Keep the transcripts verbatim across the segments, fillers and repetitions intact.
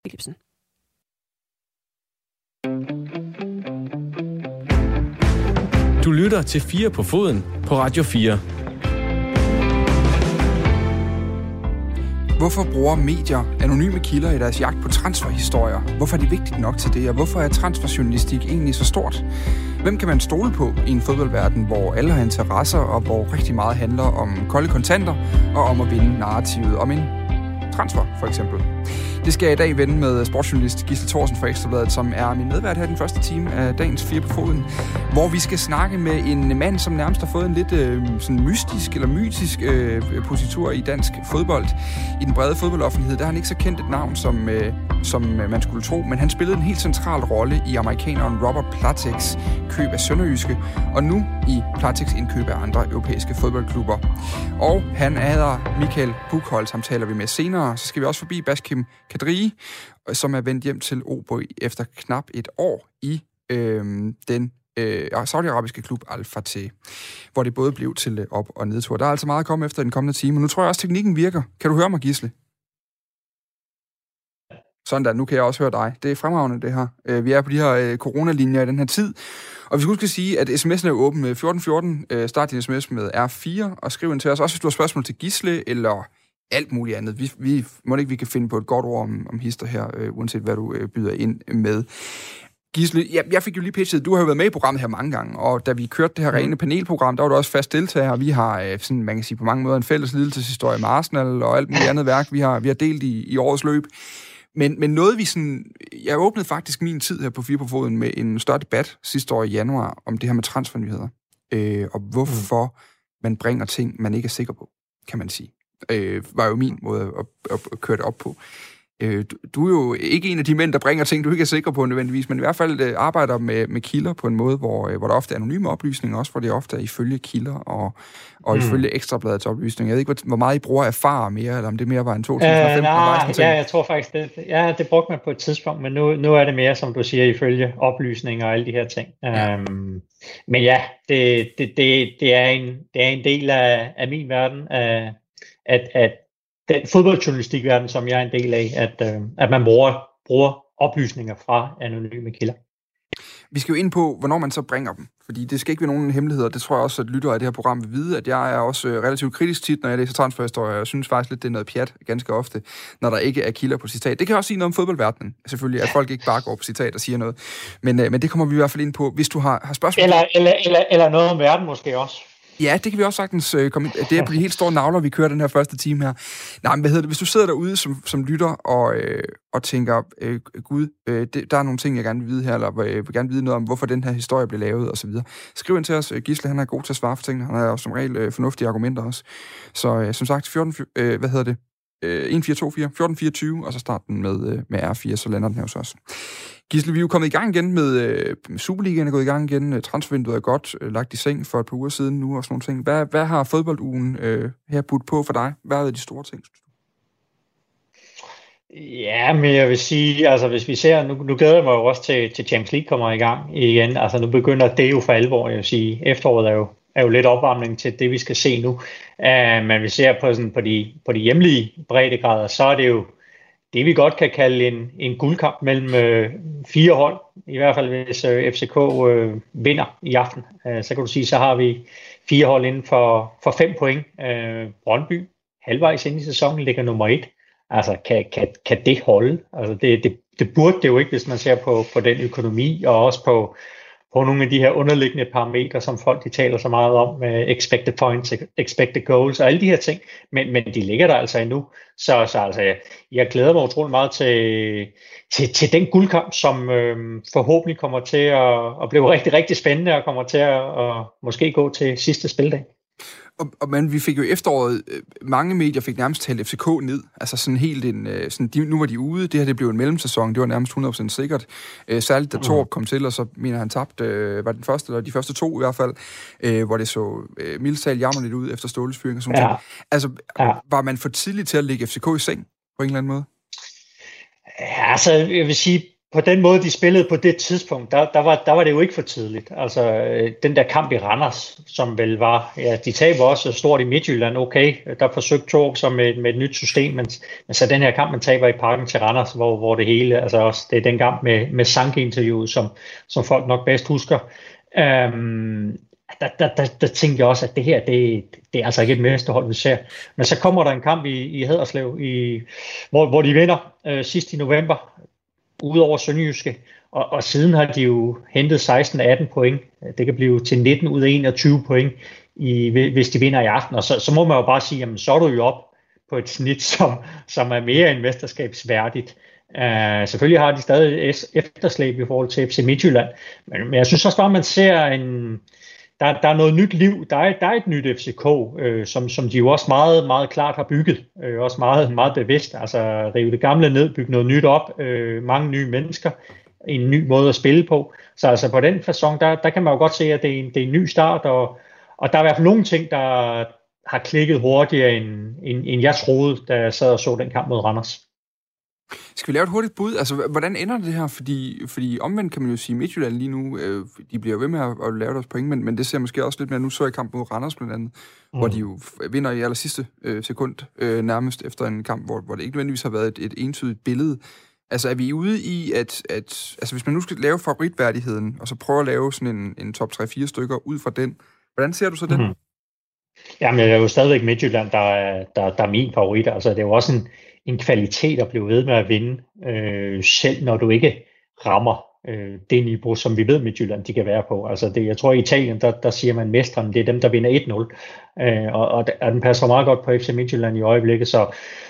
Philipsen. Du lytter til fire på foden på Radio fire. Hvorfor bruger medier anonyme kilder i deres jagt på transferhistorier? Hvorfor er det vigtigt nok til det, og hvorfor er transferjournalistik egentlig så stort? Hvem kan man stole på i en fodboldverden, hvor alle har interesser, og hvor rigtig meget handler om kolde kontanter, og om at vinde narrativet om en transfer, for eksempel? Det skal jeg i dag vende med sportsjournalist Gisle Thorsen fra Ekstra Bladet, som er min medvært her den første time af dagens fire på foden, hvor vi skal snakke med en mand, som nærmest har fået en lidt øh, sådan mystisk eller mytisk øh, positur i dansk fodbold. I den brede fodboldoffentlighed, der har han ikke så kendt et navn, som, øh, som man skulle tro, men han spillede en helt central rolle i amerikaneren Robert Platecs køb af Sønderjyske, og nu i Platecs indkøb af andre europæiske fodboldklubber. Og han er Michael Buchholz, ham taler vi med senere. Så skal vi også forbi Baskim Kadri, som er vendt hjem til O B efter knap et år i øh, den øh, saudiarabiske klub Al-Fateh, hvor det både blev til op- og nedtur. Der er altså meget at komme efter den kommende time, men nu tror jeg også, at teknikken virker. Kan du høre mig, Gisle? Sådan der, nu kan jeg også høre dig. Det er fremragende, det her. Vi er på de her coronalinjer i den her tid. Og vi skal huske at sige, at sms'en er jo åben med fjorten fjorten. Start din sms med R fire og skriv ind til os. Også hvis du har spørgsmål til Gisle eller alt muligt andet. Vi, vi må ikke, vi kan finde på et godt ord om, om hister her, øh, uanset hvad du øh, byder ind med. Gisle, jeg, jeg fik jo lige pitchet, du har jo været med i programmet her mange gange, og da vi kørte det her rene panelprogram, der var du også fast deltager. Vi har, øh, sådan, man kan sige, på mange måder en fælles lidelseshistorie med Arsenal og alt muligt andet værk, vi har, vi har delt i, i årets løb. Men, men noget vi sådan... Jeg åbnede faktisk min tid her på fire på foden med en større debat sidste år i januar om det her med transfernyheder. Øh, og hvorfor mm. man bringer ting, man ikke er sikker på, kan man sige. Øh, var jo min måde at, at, at køre det op på. Øh, du, du er jo ikke en af de mænd, der bringer ting, du ikke er sikker på nødvendigvis, men i hvert fald øh, arbejder med, med kilder på en måde, hvor, øh, hvor der ofte er anonyme oplysninger, også hvor det ofte er ifølge kilder og, og mm. ifølge Ekstrabladets oplysninger. Jeg ved ikke, hvor meget I bruger erfare mere, eller om det mere var en to tusind og femten. Øh, nej, ja, jeg tror faktisk, det, ja, det brugte man på et tidspunkt, men nu, nu er det mere, som du siger, ifølge oplysninger og alle de her ting. Ja. Um, men ja, det, det, det, det, er en, det er en del af, af min verden, af At, at den fodboldjournalistikverden, som jeg er en del af, at, øh, at man bruger, bruger oplysninger fra anonyme kilder. Vi skal jo ind på, hvornår man så bringer dem, fordi det skal ikke være nogen hemmeligheder. Det tror jeg også, at lyttere af det her program vil vide, at jeg er også relativt kritisk tit, når jeg læser transferhistorier. Jeg synes faktisk lidt, det er noget pjat ganske ofte, når der ikke er kilder på citat. Det kan også sige noget om fodboldverdenen, selvfølgelig, at folk ikke bare går på citat og siger noget. Men, øh, men det kommer vi i hvert fald ind på, hvis du har, har spørgsmål. Eller, eller, eller, eller noget om verden måske også. Ja, det kan vi også sagtens øh, komme ind. Det er på de helt store navler, vi kører den her første time her. Nej, men hvad hedder det? Hvis du sidder derude som, som lytter og, øh, og tænker, øh, gud, øh, det, der er nogle ting, jeg gerne vil vide her, eller øh, vil gerne vide noget om, hvorfor den her historie blev lavet, og så videre. Skriv ind til os. Gisle, han er god til at svare for tingene. Han har også som regel øh, fornuftige argumenter også. Så øh, som sagt, fjorten, øh, hvad hedder det? Øh, en fire to fire, fjorten fireogtyve, og så start den med, øh, med R fire, så lander den her hos os. Gisle, vi er jo kommet i gang igen med øh, Superligaen er gået i gang igen. Transfervinduet er godt øh, lagt i seng for et par uger siden nu og sådan nogle ting. Hvad, hvad har fodboldugen øh, her budt på for dig? Hvad er de store ting? Ja, men jeg vil sige, altså hvis vi ser, nu, nu glæder jeg mig jo også til, til Champions League kommer i gang igen. Altså nu begynder det jo for alvor, jeg vil sige. Efteråret er jo, er jo lidt opvarmning til det, vi skal se nu. Uh, men vi ser på, sådan, på, de, på de hjemlige breddegrader, så er det jo det, vi godt kan kalde en, en guldkamp mellem øh, fire hold. I hvert fald hvis øh, F C K øh, vinder i aften. Øh, så kan du sige, så har vi fire hold inden for, for fem point. Øh, Brøndby, halvvejs inde i sæsonen, ligger nummer et. Altså, kan, kan, kan det holde? Altså, det, det, det burde det jo ikke, hvis man ser på, på den økonomi, og også på, på nogle af de her underliggende parametre, som folk de taler så meget om, med expected points, expected goals og alle de her ting, men, men de ligger der altså endnu. Så, så altså, jeg, jeg glæder mig utrolig meget til, til, til den guldkamp, som øhm, forhåbentlig kommer til at, at blive rigtig, rigtig spændende, og kommer til at, at måske gå til sidste spildag. Og, og men vi fik jo efteråret, mange medier fik nærmest talt F C K ned, altså sådan helt en, sådan, de, nu var de ude, det her det blev en mellemsæson, det var nærmest hundrede procent sikkert, øh, særligt da Torp kom til, og så mener han tabt, øh, var den første, eller de første to i hvert fald, øh, hvor det så øh, mildt talt jammerligt ud efter Ståles fyring og sådan ja. noget. Altså, ja. var man for tidligt til at lægge F C K i seng på en eller anden måde? Ja, altså, jeg vil sige, på den måde, de spillede på det tidspunkt, der, der, var, der var det jo ikke for tidligt. Altså, den der kamp i Randers, som vel var, ja, de taber også stort i Midtjylland, okay, der forsøgte Thorup sig med, med et nyt system, men, men så den her kamp, man taber i Parken til Randers, hvor, hvor det hele, altså også, det er den kamp med, med Sanke-interviewet, som, som folk nok bedst husker. Um, der, der, der, der tænkte jeg også, at det her, det, det er altså ikke et mesterhold, vi ser. Men så kommer der en kamp i, i Haderslev, i, hvor, hvor de vinder øh, sidst i november, udover Sønderjyske, og, og siden har de jo hentet seksten atten point. Det kan blive til nitten ud af enogtyve point, i, hvis de vinder i aften. Og så, så må man jo bare sige, jamen så er du jo op på et snit, som, som er mere end mesterskabsværdigt. Uh, selvfølgelig har de stadig efterslæb i forhold til F C Midtjylland, men, men jeg synes også bare, at man ser en... Der, der er noget nyt liv, der er, der er et nyt F C K, øh, som, som de jo også meget, meget klart har bygget, øh, også meget, meget bevidst, altså rive det gamle ned, bygge noget nyt op, øh, mange nye mennesker, en ny måde at spille på, så altså på den facon, der, der kan man jo godt se, at det er en, det er en ny start, og, og der er i hvert fald nogle ting, der har klikket hurtigere, end, end, end jeg troede, da jeg sad og så den kamp mod Randers. Skal vi lave et hurtigt bud? Altså, hvordan ender det her? Fordi, fordi omvendt kan man jo sige, Midtjylland lige nu, øh, de bliver ved med at, at lave deres point, men, men det ser måske også lidt mere, nu så jeg kamp mod Randers blandt andet, mm. hvor de jo vinder i aller sidste øh, sekund, øh, nærmest efter en kamp, hvor, hvor det ikke nødvendigvis har været et, et entydigt billede. Altså, er vi ude i, at, at altså, hvis man nu skal lave favoritværdigheden, og så prøve at lave sådan en, en top tre fire stykker ud fra den, hvordan ser du så den? Mm. Jamen, det er jo stadigvæk Midtjylland, der er, der, der er min favorit. Altså, det er jo også en en kvalitet at blive ved med at vinde, øh, selv når du ikke rammer øh, det niveau, som vi ved Midtjylland, de kan være på. Altså det, jeg tror i Italien, der, der siger man mesteren, det er dem, der vinder et nul, øh, og, og, og den passer meget godt på F C Midtjylland i øjeblikket, så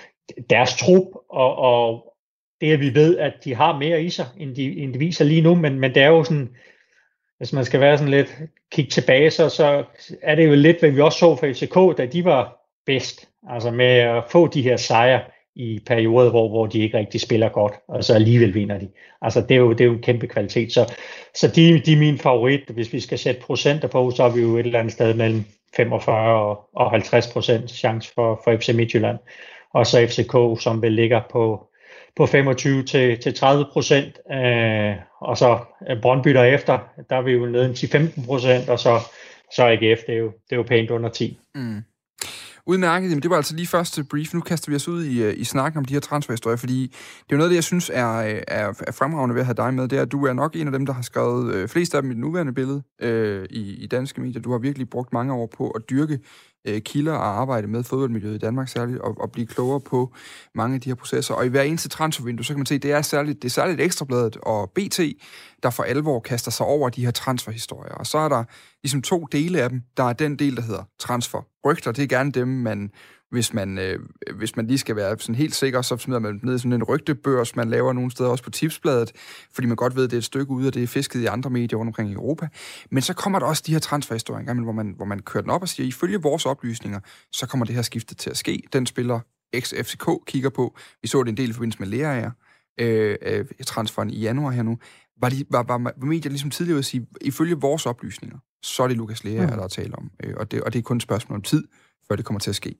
deres trup, og, og det at vi ved, at de har mere i sig, end de, end de viser lige nu, men, men det er jo sådan, hvis man skal være sådan lidt, kigge tilbage, så, så er det jo lidt, hvad vi også så for F C K, da de var bedst, altså med at få de her sejre, i perioder, hvor, hvor de ikke rigtig spiller godt, og så alligevel vinder de. Altså, det er jo, det er jo en kæmpe kvalitet. Så, så de, de er min favorit. Hvis vi skal sætte procenter på, så er vi jo et eller andet sted mellem femogfyrre og halvtreds procent chance for, for F C Midtjylland. Og så F C K, som vel ligger på, på femogtyve til tredive procent. Øh, og så Brøndby derefter, der er vi jo nede til femten procent, og så, så A G F, det er jo, det er jo pænt under ti. Mm. Udmærket, men det var altså lige første brief. Nu kaster vi os ud i, i snakken om de her transferhistorier, fordi det er jo noget af det, jeg synes er, er, er fremragende ved at have dig med, det er, at du er nok en af dem, der har skrevet øh, flest af dem i det nuværende billede øh, i, i danske medier. Du har virkelig brugt mange år på at dyrke øh, kilder og arbejde med fodboldmiljøet i Danmark særligt, og, og blive klogere på mange af de her processer. Og i hver eneste transfervindue, så kan man se, det er særligt, det er særligt Ekstrabladet og B T, der for alvor kaster sig over de her transferhistorier. Og så er der ligesom to dele af dem. Der er den del, der hedder transferrygter. Det er gerne dem, man, hvis man, øh, hvis man lige skal være sådan helt sikker, så smider man ned i sådan en rygtebørs, man laver nogle steder også på Tipsbladet, fordi man godt ved, at det er et stykke ude, og det er fisket i andre medier rundt omkring i Europa. Men så kommer der også de her transferhistorier, hvor man, hvor man kører den op og siger, ifølge vores oplysninger, så kommer det her skifte til at ske. Den spiller X F C K kigger på. Vi så det en del i forbindelse med Lerager, øh, øh, transferen i januar her nu. Var, de, var, var, var medier ligesom tidligere at sige, ifølge vores oplysninger, så er det Lukas Lerager, mm. der er tale om. Øh, og, det, og det er kun et spørgsmål om tid, før det kommer til at ske.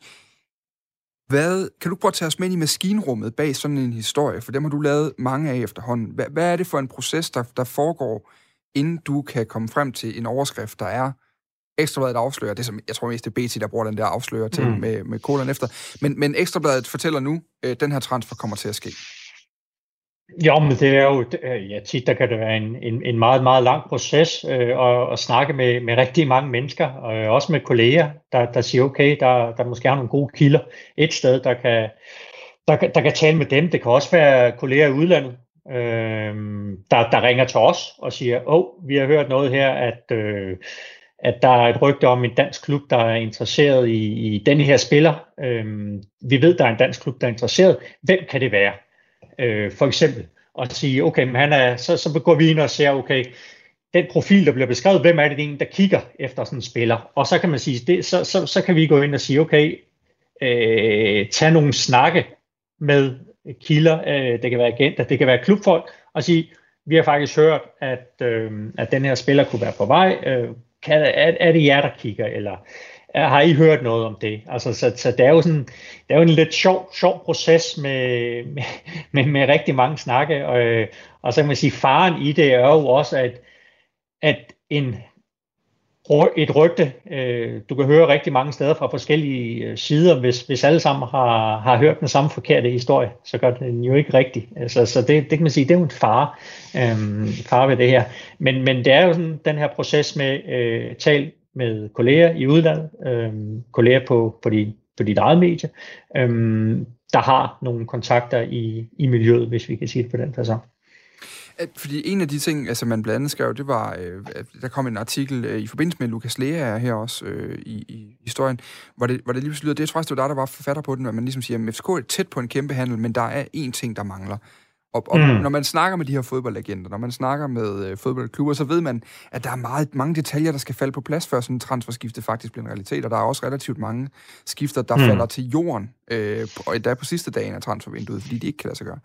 Hvad, kan du prøve at tage os med i maskinrummet bag sådan en historie? For dem har du lavet mange af efterhånden. Hvad, hvad er det for en proces, der, der foregår, inden du kan komme frem til en overskrift, der er Ekstrabladet afslører, det som jeg tror mest det er B T, der bruger den der afslører til mm. med, med kolon efter. Men, men Ekstrabladet fortæller nu, at den her transfer kommer til at ske. Jo, men det er jo, ja, tit der kan det være en, en, en meget, meget lang proces øh, at, at snakke med, med rigtig mange mennesker, og også med kolleger, der, der siger, okay, der, der måske har nogle gode kilder et sted, der kan, der, der kan tale med dem. Det kan også være kolleger i udlandet, øh, der, der ringer til os og siger, åh, oh, vi har hørt noget her, at, øh, at der er et rygte om en dansk klub, der er interesseret i, i denne her spiller. Øh, vi ved, der er en dansk klub, der er interesseret. Hvem kan det være? Øh, for eksempel, og sige, okay, men han er, så, så går vi ind og ser, okay, den profil, der bliver beskrevet, hvem er det egentlig, der kigger efter sådan en spiller? Og så kan man sige, det, så, så, så kan vi gå ind og sige, okay, øh, tage nogle snakke med kilder, øh, det kan være agenter, det kan være klubfolk, og sige, vi har faktisk hørt, at, øh, at den her spiller kunne være på vej, øh, kan, er, er det jer, der kigger, eller har I hørt noget om det? Altså, så, så det er jo sådan, det er jo en lidt sjov, sjov proces med, med, med, med rigtig mange snakke, og, og så kan man sige, faren i det er jo også, at, at en, et rygte, øh, du kan høre rigtig mange steder fra forskellige sider, hvis, hvis alle sammen har, har hørt den samme forkerte historie, så gør den jo ikke rigtigt. Altså, så det, det kan man sige, det er jo en fare, øh, fare ved det her. Men, men det er jo sådan den her proces med øh, tal med kolleger i udlandet, øh, kolleger på, på, de, på dit eget medie, øh, der har nogle kontakter i, i miljøet, hvis vi kan sige det på den person. Fordi en af de ting, altså man blandt andet skrev, det var, øh, der kom en artikel øh, i forbindelse med Lukas Lea her også øh, i, i historien, hvor det, hvor det lige pludselig lyder, det tror jeg, det var der, der var forfatter på den, hvor man ligesom siger, at F C K er tæt på en kæmpe handel, men der er én ting, der mangler. Og, og mm. når man snakker med de her fodboldlegender, når man snakker med øh, fodboldklubber, så ved man, at der er meget, mange detaljer, der skal falde på plads, før sådan en transferskifte faktisk bliver en realitet, og der er også relativt mange skifter, der mm. falder til jorden, øh, og endda på sidste dagen af transfervinduet, fordi de ikke kan lade sig gøre.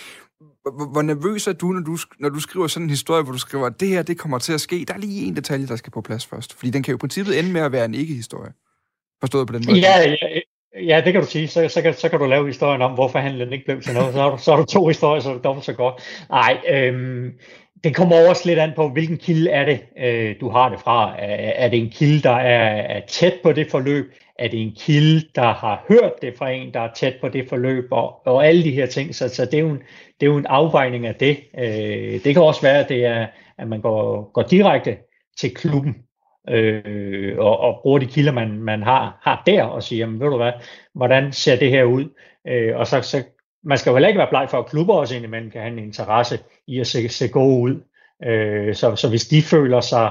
Hvor nervøs er du, når du, når du skriver sådan en historie, hvor du skriver, at det her, det kommer til at ske? Der er lige en detalje, der skal på plads først. Fordi den kan jo i princippet ende med at være en ikke-historie. Forstået på den måde? Ja, ja, ja, det kan du sige. Så, så, kan, så kan du lave historien om, hvorfor handlen ikke blev til noget. Så har du, så har du to historier, så er det dobbelt så godt. Nej, øhm, det kommer også lidt an på, hvilken kilde er det, øh, du har det fra. Er, er det en kilde, der er, er tæt på det forløb? Er det en kilde, der har hørt det fra en, der er tæt på det forløb, og, og alle de her ting. Så, så det, er jo en, det er jo en afvejning af det. Øh, det kan også være, at, det er, at man går, går direkte til klubben øh, og, og bruger de kilder, man, man har, har der, og siger, jamen, ved du hvad, hvordan ser det her ud? Øh, og så, så man skal jo heller ikke være bleg for, at klubber også indimellem kan have en interesse i at se, se gode ud. Øh, så, så hvis de føler sig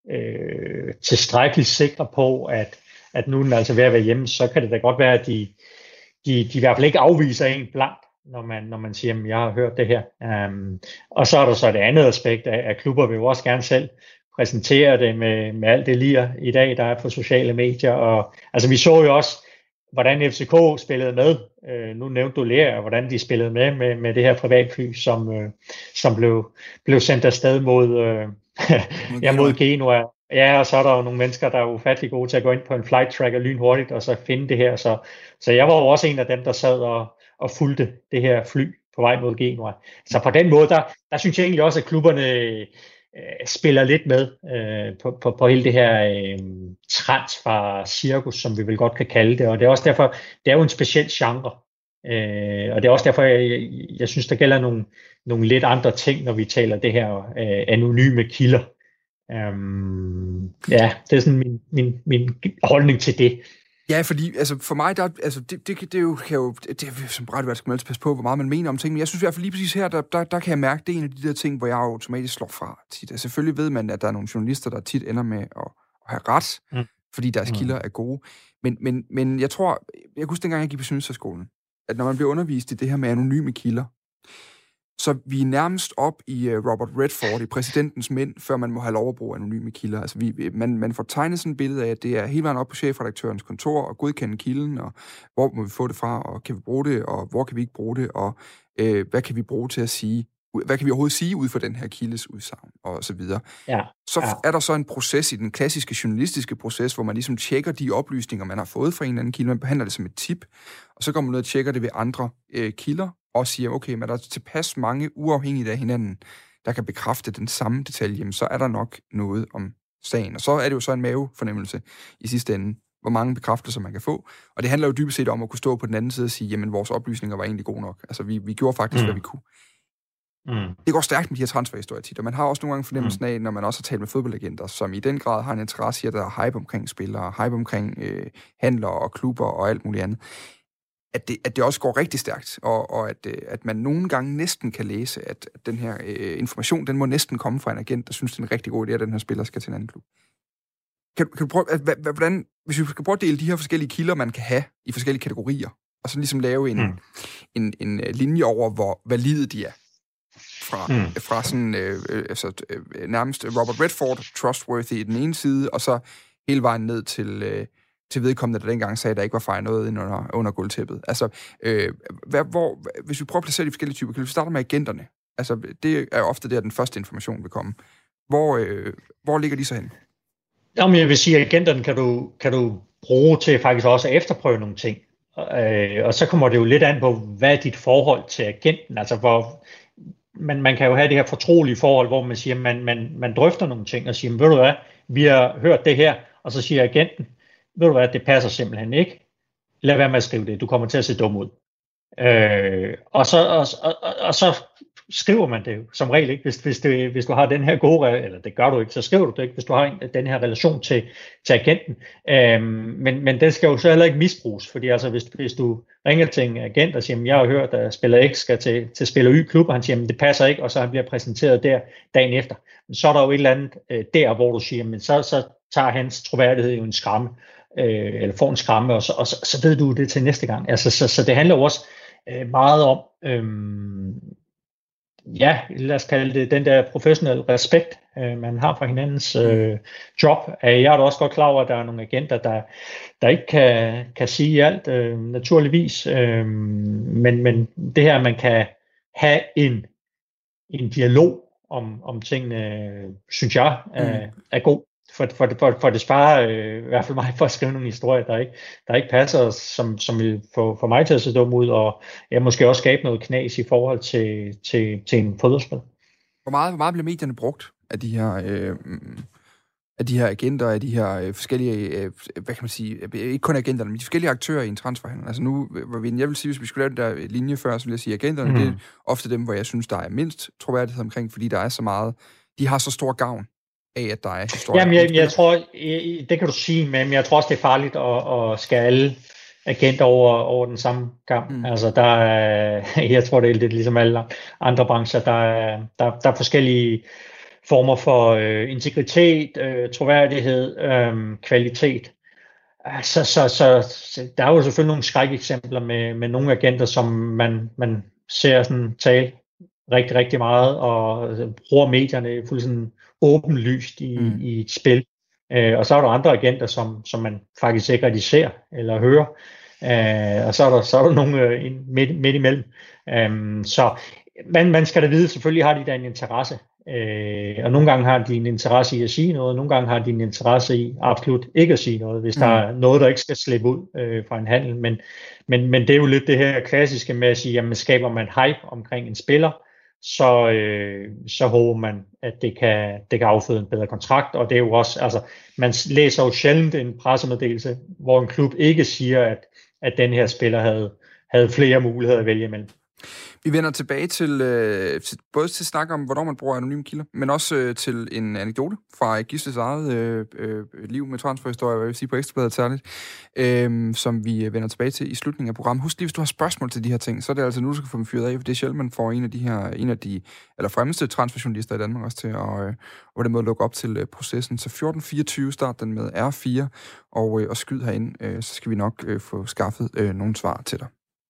øh, tilstrækkeligt sikre på, at at nu er den altså ved at være hjemme, så kan det da godt være, at de, de, de i hvert fald ikke afviser en blankt, når man, når man siger, at jeg har hørt det her. Um, og så er der så det andet aspekt, at, at klubber vil jo også gerne selv præsentere det med, med alt det lir i dag, der er på sociale medier. Og, altså vi så jo også, hvordan F C K spillede med. Uh, nu nævnte du Lea, hvordan de spillede med, med, med det her privatfly, som, uh, som blev, blev sendt afsted mod, uh, ja, mod Genua. Ja, og så er der jo nogle mennesker, der er ufattelig gode til at gå ind på en flight tracker lynhurtigt, og så finde det her. Så, så jeg var jo også en af dem, der sad og, og fulgte det her fly på vej mod Genua. Så på den måde, der, der synes jeg egentlig også, at klubberne øh, spiller lidt med øh, på, på, på hele det her øh, transfer-cirkus, som vi vel godt kan kalde det. Og det er også derfor, det er jo en speciel genre. Øh, og det er også derfor, jeg, jeg synes, der gælder nogle, nogle lidt andre ting, når vi taler det her øh, anonyme kilder. Um, ja, det er sådan min, min, min holdning til det. Ja, fordi altså for mig, der, altså, det, det, det, er jo, kan jo, det er som ret skal man altid passe på, hvor meget man mener om ting, men jeg synes i hvert fald lige præcis her, der, der, der kan jeg mærke, det er en af de der ting, hvor jeg automatisk slår fra tit. Altså, selvfølgelig ved man, at der er nogle journalister, der tit ender med at, at have ret, mm. fordi deres kilder er gode, men, men, men jeg tror, jeg kunne huske dengang, jeg gik på Journalisthøjskolen, at når man bliver undervist i det her med anonyme kilder, så vi er nærmest op i uh, Robert Redford, i præsidentens mænd, før man må have lov at bruge anonyme kilder. Altså, vi, man, man får tegnet sådan et billede af, at det er hele vejen op på chefredaktørens kontor, og godkende kilden, og hvor må vi få det fra, og kan vi bruge det, og hvor kan vi ikke bruge det, og øh, hvad kan vi bruge til at sige, hvad kan vi overhovedet sige ud fra den her kildes udsagn, og så videre. Ja, så ja. er der så en proces i den klassiske journalistiske proces, hvor man ligesom tjekker de oplysninger, man har fået fra en eller anden kilde, man behandler det som et tip, og så går man ned og tjekker det ved andre øh, kilder, og siger, okay, men der er tilpas mange uafhængigt af hinanden, der kan bekræfte den samme detalje, så er der nok noget om sagen. Og så er det jo så en mavefornemmelse i sidste ende, hvor mange bekræftelser man kan få. Og det handler jo dybest set om at kunne stå på den anden side og sige, jamen vores oplysninger var egentlig gode nok. Altså vi, vi gjorde faktisk, mm. hvad vi kunne. Mm. Det går stærkt med de her transferhistorier tit, og man har også nogle gange fornemmelsen af, når man også har talt med fodboldlegender, som i den grad har en interesse i, at der er hype omkring spillere, hype omkring øh, handlere og klubber og alt muligt andet, at det, at det også går rigtig stærkt, og, og at, at man nogle gange næsten kan læse, at, at den her øh, information, den må næsten komme fra en agent, der synes, det er en rigtig god idé, at den her spiller skal til en anden klub. Kan, kan du prøve, at, hvordan, hvis vi skal prøve at dele de her forskellige kilder, man kan have i forskellige kategorier, og så ligesom lave en, mm. en, en, en linje over, hvor valide de er. Fra, mm. fra sådan, øh, altså, øh, nærmest Robert Redford, trustworthy i den ene side, og så hele vejen ned til... Øh, til vedkommende, der dengang sagde, at der ikke var fejret noget under, under gulvtæppet. Altså, øh, hvad, hvor, hvis vi prøver at placere de forskellige typer, kan vi starte med agenterne? Altså, det er ofte der, den første information vil komme. Hvor, øh, hvor ligger de så hen? Jamen, jeg vil sige, at agenterne kan du, kan du bruge til faktisk også at efterprøve nogle ting. Øh, og så kommer det jo lidt an på, hvad er dit forhold til agenten, altså hvor man, man kan jo have det her fortrolige forhold, hvor man siger, man, man, man drøfter nogle ting og siger, ved du hvad, vi har hørt det her, og så siger agenten, ved du hvad, det passer simpelthen ikke, lad være med at skrive det, du kommer til at se dum ud. Øh, og, så, og, og, og så skriver man det jo som regel ikke, hvis, hvis, det, hvis du har den her gode, eller det gør du ikke, så skriver du det ikke, hvis du har en, den her relation til, til agenten. Øh, men, men den skal jo så heller ikke misbruges, fordi altså hvis, hvis du ringer til en agent og siger, jeg har hørt, at spiller X skal til, til spiller Y-klub, og han siger, det passer ikke, og så han bliver præsenteret der dagen efter. Men så er der jo et eller andet øh, der, hvor du siger, men så, så tager hans troværdighed jo en skræmme, øh, eller får en skræmme, og så, og så, så ved du det til næste gang. Altså, så, så det handler jo også øh, meget om, øh, ja, lad os kalde det den der professionelle respekt, øh, man har for hinandens øh, job. Jeg er da også godt klar over, at der er nogle agenter, der, der ikke kan, kan sige alt, øh, naturligvis. Øh, men, men det her, man kan have en, en dialog om, om tingene, synes jeg, er, mm. er god. For, for, for, for det sparer øh, i hvert fald mig for at skrive nogle historier, der ikke, der ikke passer, som, som vil få, få mig til at se dum ud, og jeg måske også skabe noget knas i forhold til, til, til en fodboldspil. Hvor meget, hvor meget bliver medierne brugt af de her, øh, af de her agenter, af de her øh, forskellige, øh, hvad kan man sige, ikke kun agenterne, men de forskellige aktører i en transferhandel? Altså nu, jeg vil sige, hvis vi skulle lave den der linje før, så vil jeg sige, at agenterne, mm. det er ofte dem, hvor jeg synes, der er mindst troværdighed omkring, fordi der er så meget, de har så stor gavn af, at der er historie. Jamen, jeg, jeg tror, jeg, det kan du sige, men jeg tror også, det er farligt at, at skære alle agenter over, over den samme kamp. Mm. Altså, der er, jeg tror, det er lidt ligesom alle andre brancher, der er, der, der er forskellige former for øh, integritet, øh, troværdighed, øh, kvalitet. Så, så, så, så der er jo selvfølgelig nogle skrækeksempler med, med nogle agenter, som man, man ser sådan tale rigtig, rigtig meget, og bruger medierne fuldstændig åbenlyst i, mm. i et spil. Øh, og så er der andre agenter, som, som man faktisk ikke rigtig ser eller hører. Øh, og så er der, så er der nogle øh, midt, midt imellem. Øh, så man, man skal da vide, selvfølgelig har de da en interesse. Øh, og nogle gange har de en interesse i at sige noget, nogle gange har de en interesse i absolut ikke at sige noget, hvis mm. der er noget, der ikke skal slippe ud øh, fra en handel. Men, men, men det er jo lidt det her klassiske med at sige, jamen skaber man hype omkring en spiller, så, øh, så håber man, at det kan, det kan afføde en bedre kontrakt. Og det er jo også, altså, man læser jo sjældent en pressemeddelelse, hvor en klub ikke siger, at, at den her spiller havde, havde flere muligheder at vælge imellem. Vi vender tilbage til, øh, til både til at snakke om, hvornår man bruger anonyme kilder, men også øh, til en anekdote fra Gisles eget øh, øh, liv med transferhistorie, hvad jeg vil sige på Ekstrabladet særligt, øh, som vi vender tilbage til i slutningen af programmet. Husk lige, hvis du har spørgsmål til de her ting, så er det altså nu, du skal få dem fyret af, for det er sjældent, man får en af de her, en af de eller fremmeste transferjournalister i Danmark også til at øh, på den måde lukke op til øh, processen. Så fjorten fireogtyve start den med R fire, og, øh, og skyd herind, øh, så skal vi nok øh, få skaffet øh, nogle svar til dig.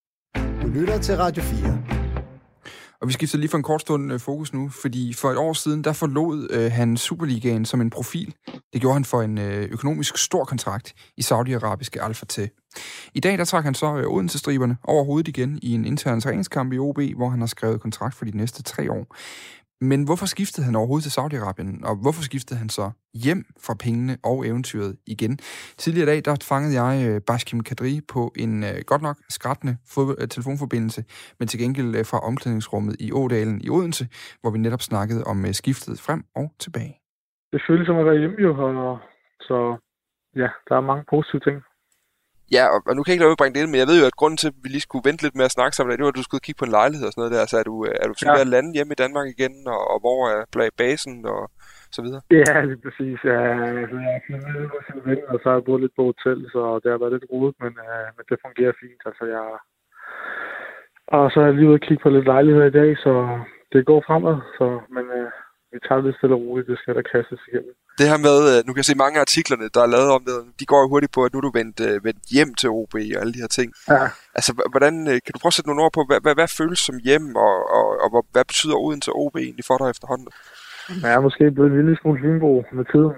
Du lytter til Radio fire. Og vi skifter lige for en kort stund øh, fokus nu, fordi for et år siden, der forlod øh, han Superligaen som en profil. Det gjorde han for en øh, økonomisk stor kontrakt i saudiarabiske Al Fateh. I dag, der trak han så øh, Odense-striberne over hovedet igen i en intern træningskamp i O B, hvor han har skrevet kontrakt for de næste tre år. Men hvorfor skiftede han overhovedet til Saudi-Arabien, og hvorfor skiftede han så hjem fra pengene og eventyret igen? Tidligere i dag, der fangede jeg Bashkim Kadri på en godt nok skrættende telefonforbindelse, men til gengæld fra omklædningsrummet i Ådalen i Odense, hvor vi netop snakkede om skiftet frem og tilbage. Det føles som at være hjemme jo, og så ja, der er mange positive ting. Ja, og, og nu kan jeg ikke lade bringe det ind, men jeg ved jo, at grunden til, at vi lige skulle vente lidt med at snakke sammen, det var, at du skulle kigge på en lejlighed og sådan noget der. Så er du, er du sådan ja. ved at lande hjemme i Danmark igen, og, og hvor er basen og så videre? Ja, lige præcis. Ja, altså, jeg er flyttet med sine venner, og så har jeg boet lidt på hotel, så det har været lidt rodet, men, uh, men det fungerer fint. Altså, jeg... Og så er jeg lige ude og kigge på lidt lejligheder i dag, så det går fremad, så... men uh, vi tager lidt stille og roligt, det skal der kastes igennem. Det her med, nu kan jeg se mange af artiklerne, der er lavet om det, de går jo hurtigt på, at nu er du vendt, vendt hjem til O B og alle de her ting. Ja. Altså, hvordan, kan du prøve at sætte nogle ord på, hvad, hvad, hvad føles som hjem, og, og, og hvad betyder Odense O B egentlig for dig efterhånden? Jeg er måske blevet en lille smule Fynbo med tiden.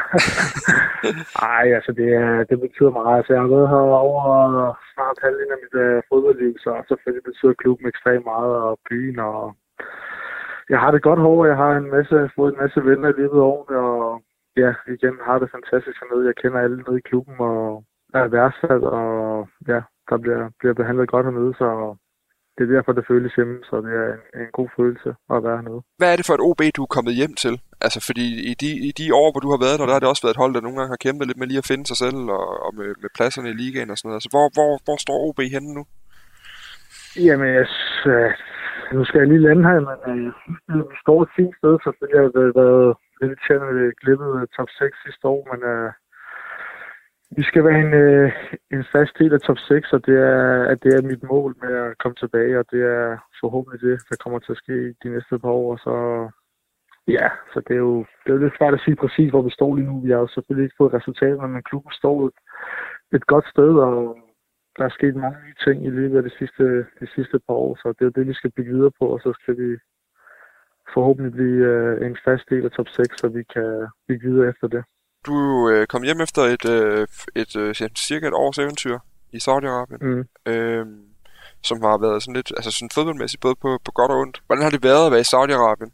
Ej, altså det, det betyder meget. Altså, jeg har været her over snart halvdelen af mit uh, fodboldliv, så selvfølgelig betyder klubben ekstremt meget, og byen, og jeg har det godt herovre. Jeg har en masse, fået en masse venner i løbet af årene, og ja, igen har det fantastisk hernede. Jeg kender alle nede i klubben, og er værdsat, og ja, der bliver, bliver behandlet godt hernede, så det er derfor, det føles hjemme, så det er en, en god følelse at være hernede. Hvad er det for et O B, du er kommet hjem til? Altså, fordi i de, i de år, hvor du har været der, der har det også været et hold, der nogle gange har kæmpet lidt med lige at finde sig selv, og, og med, med pladserne i ligaen og sådan noget. Altså, hvor, hvor, hvor står O B henne nu? Jamen, jeg, øh, nu skal jeg lige lande her, men øh, vi står et fint sted, så det har været lidt irriterende, at vi glippede top seks sidste år, men øh, vi skal være en, øh, en fast del af top seks, og det er, at det er mit mål med at komme tilbage, og det er forhåbentlig det, der kommer til at ske de næste par år. Så ja, så det er jo, det er jo lidt svært at sige præcis, hvor vi står lige nu. Vi har jo selvfølgelig ikke fået resultater, men klubben står et, et godt sted, og der er sket mange nye ting i løbet af de sidste, de sidste par år, så det er jo det, vi skal bygge videre på, og så skal vi forhåbentlig blive øh, en fast del af top seks, så vi kan bygge videre efter det. Du er jo øh, kommet hjem efter et, øh, et, øh, cirka et års eventyr i Saudi-Arabien, mm. øh, som har været sådan lidt, altså sådan fodboldmæssigt, både på, på godt og ondt. Hvordan har det været at være i Saudi-Arabien?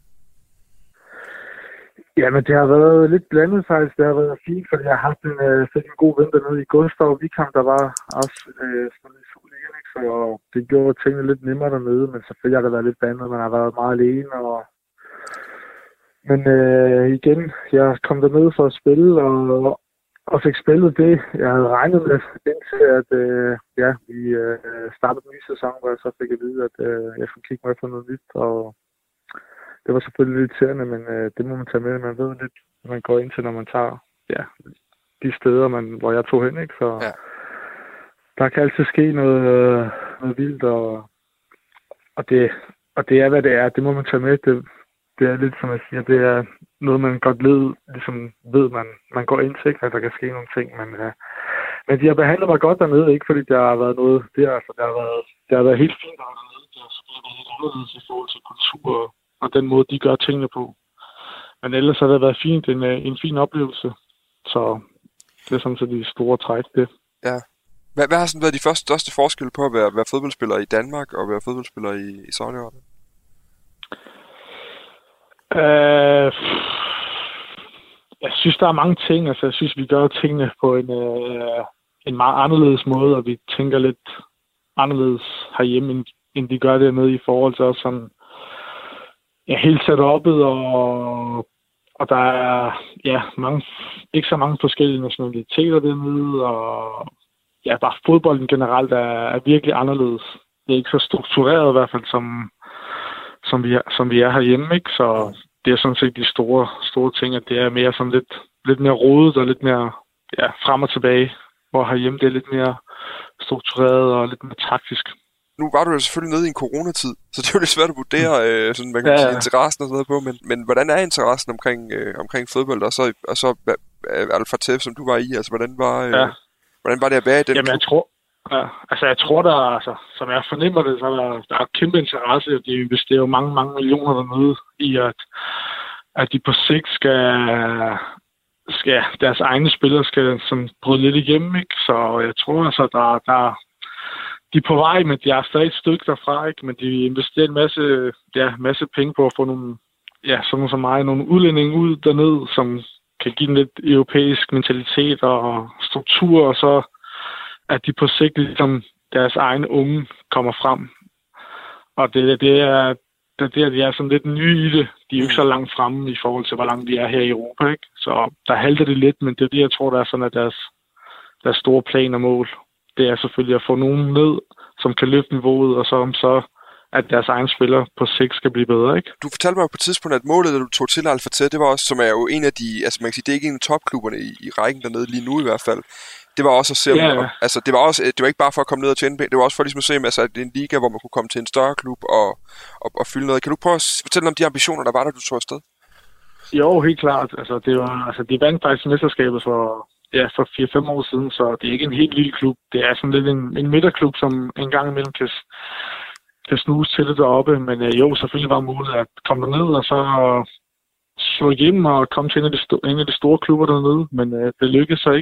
Jamen, det har været lidt blandet faktisk. Det har været fint, fordi jeg har haft en, øh, en god ven dernede i Gustav Wikam, der var også øh, spillet i Superligaen, ikke? Så det gjorde tingene lidt nemmere dernede, men selvfølgelig har det været lidt blandet. Man har været meget alene, og men øh, igen, jeg kom derned for at spille, og, og fik spillet det, jeg havde regnet med, indtil at øh, ja, vi øh, startede en ny sæson, hvor jeg så fik at vide, at øh, jeg skulle kigge mig for noget nyt, og det var selvfølgelig lidt irriterende, men øh, det må man tage med. Man ved lidt, hvad man går ind til, når man tager ja, de steder, man, hvor jeg tog hen, ikke? Så ja. Der kan altid ske noget, øh, noget vildt, og, og, det, og det er, hvad det er. Det må man tage med. Det, Det er lidt, som jeg siger, det er noget, man godt ved, ligesom ved, man, man går ind til, ikke, at der kan ske nogle ting. Men, uh, men de har behandlet mig godt dernede, ikke fordi der har været noget der. Altså, det, har været, det har været helt fint dernede. Det har været helt anderledes i forhold til kultur og den måde, de gør tingene på. Men ellers har det været fint, en, en fin oplevelse. Så det er sådan så de store træk, det. Ja. Hvad, hvad har sådan været de første største forskelle på at være, være fodboldspiller i Danmark og være fodboldspiller i, i Saudi-Arabien? Uh, jeg synes, der er mange ting. Altså, jeg synes, vi gør tingene på en, uh, en meget anderledes måde, og vi tænker lidt anderledes herhjemme, end, end de gør dernede i forhold til os sådan, ja, helt setup'et, og, og der er ja, mange, ikke så mange forskellige nationaliteter dernede, og ja, bare fodbolden generelt er, er virkelig anderledes. Det er ikke så struktureret i hvert fald, som Som vi, er, som vi er herhjemme, ikke? Så det er sådan set de store, store ting, at det er mere sådan lidt, lidt mere rodet og lidt mere ja, frem og tilbage, hvor herhjemme det er lidt mere struktureret og lidt mere taktisk. Nu var du jo selvfølgelig nede i en coronatid, så det er jo lidt svært at vurdere, øh, sådan, man kan ja, sige, interessen og sådan noget på, men, men hvordan er interessen omkring, øh, omkring fodbold, og så, og så Al Fateh, som du var i, altså hvordan var, øh, ja. hvordan var det at være i den Jamen, jeg tror, ja, altså jeg tror, der altså, som jeg fornemmer det, så er der, der er kæmpe interesse. De investerer jo mange, mange millioner dernede i, at, at de på sigt skal, skal deres egne spillere skal sådan, bryde lidt igennem, ikke? Så jeg tror altså, der, der de er på vej, men de er stadig et stykke derfra, ikke? Men de investerer en masse, ja, masse penge på at få nogle, ja, sådan som mig, nogle udlændinge ud dernede, som kan give en lidt europæisk mentalitet og struktur, og så at de på sigt ligesom deres egne unge kommer frem. Og det, det er det er, de er sådan lidt nye i det. De er jo ikke så langt fremme i forhold til, hvor langt vi er her i Europa, ikke? Så der halter det lidt, men det er det, jeg tror, der er sådan, at deres, deres store plan og mål, det er selvfølgelig at få nogen ned, som kan løfte niveauet, og så, så at deres egen spillere på sigt skal blive bedre, ikke? Du fortalte mig på et tidspunkt, at målet, da du tog til Al Fateh, det var også, som er jo en af de, altså man kan sige, det er ikke en af topklubberne i, i rækken dernede lige nu i hvert fald. Det var også at se, yeah. om, altså det var også, det var ikke bare for at komme ned og tjene penge, det var også for ligesom at se, altså, at det er en liga, hvor man kunne komme til en større klub og, og, og fylde noget. Kan du prøve at fortælle om de ambitioner, der var, da du tog afsted? Jo, helt klart. Altså, det var, altså de vandt faktisk mesterskabet for, ja, for fire fem år siden, så det er ikke en helt lille klub. Det er sådan lidt en, en midterklub, som en gang imellem kan, kan snuse til det deroppe, men øh, jo, selvfølgelig var målet at komme derned og så slå igennem og komme til en af de, sto- en af de store klubber dernede, men øh, det lykkedes så ikke.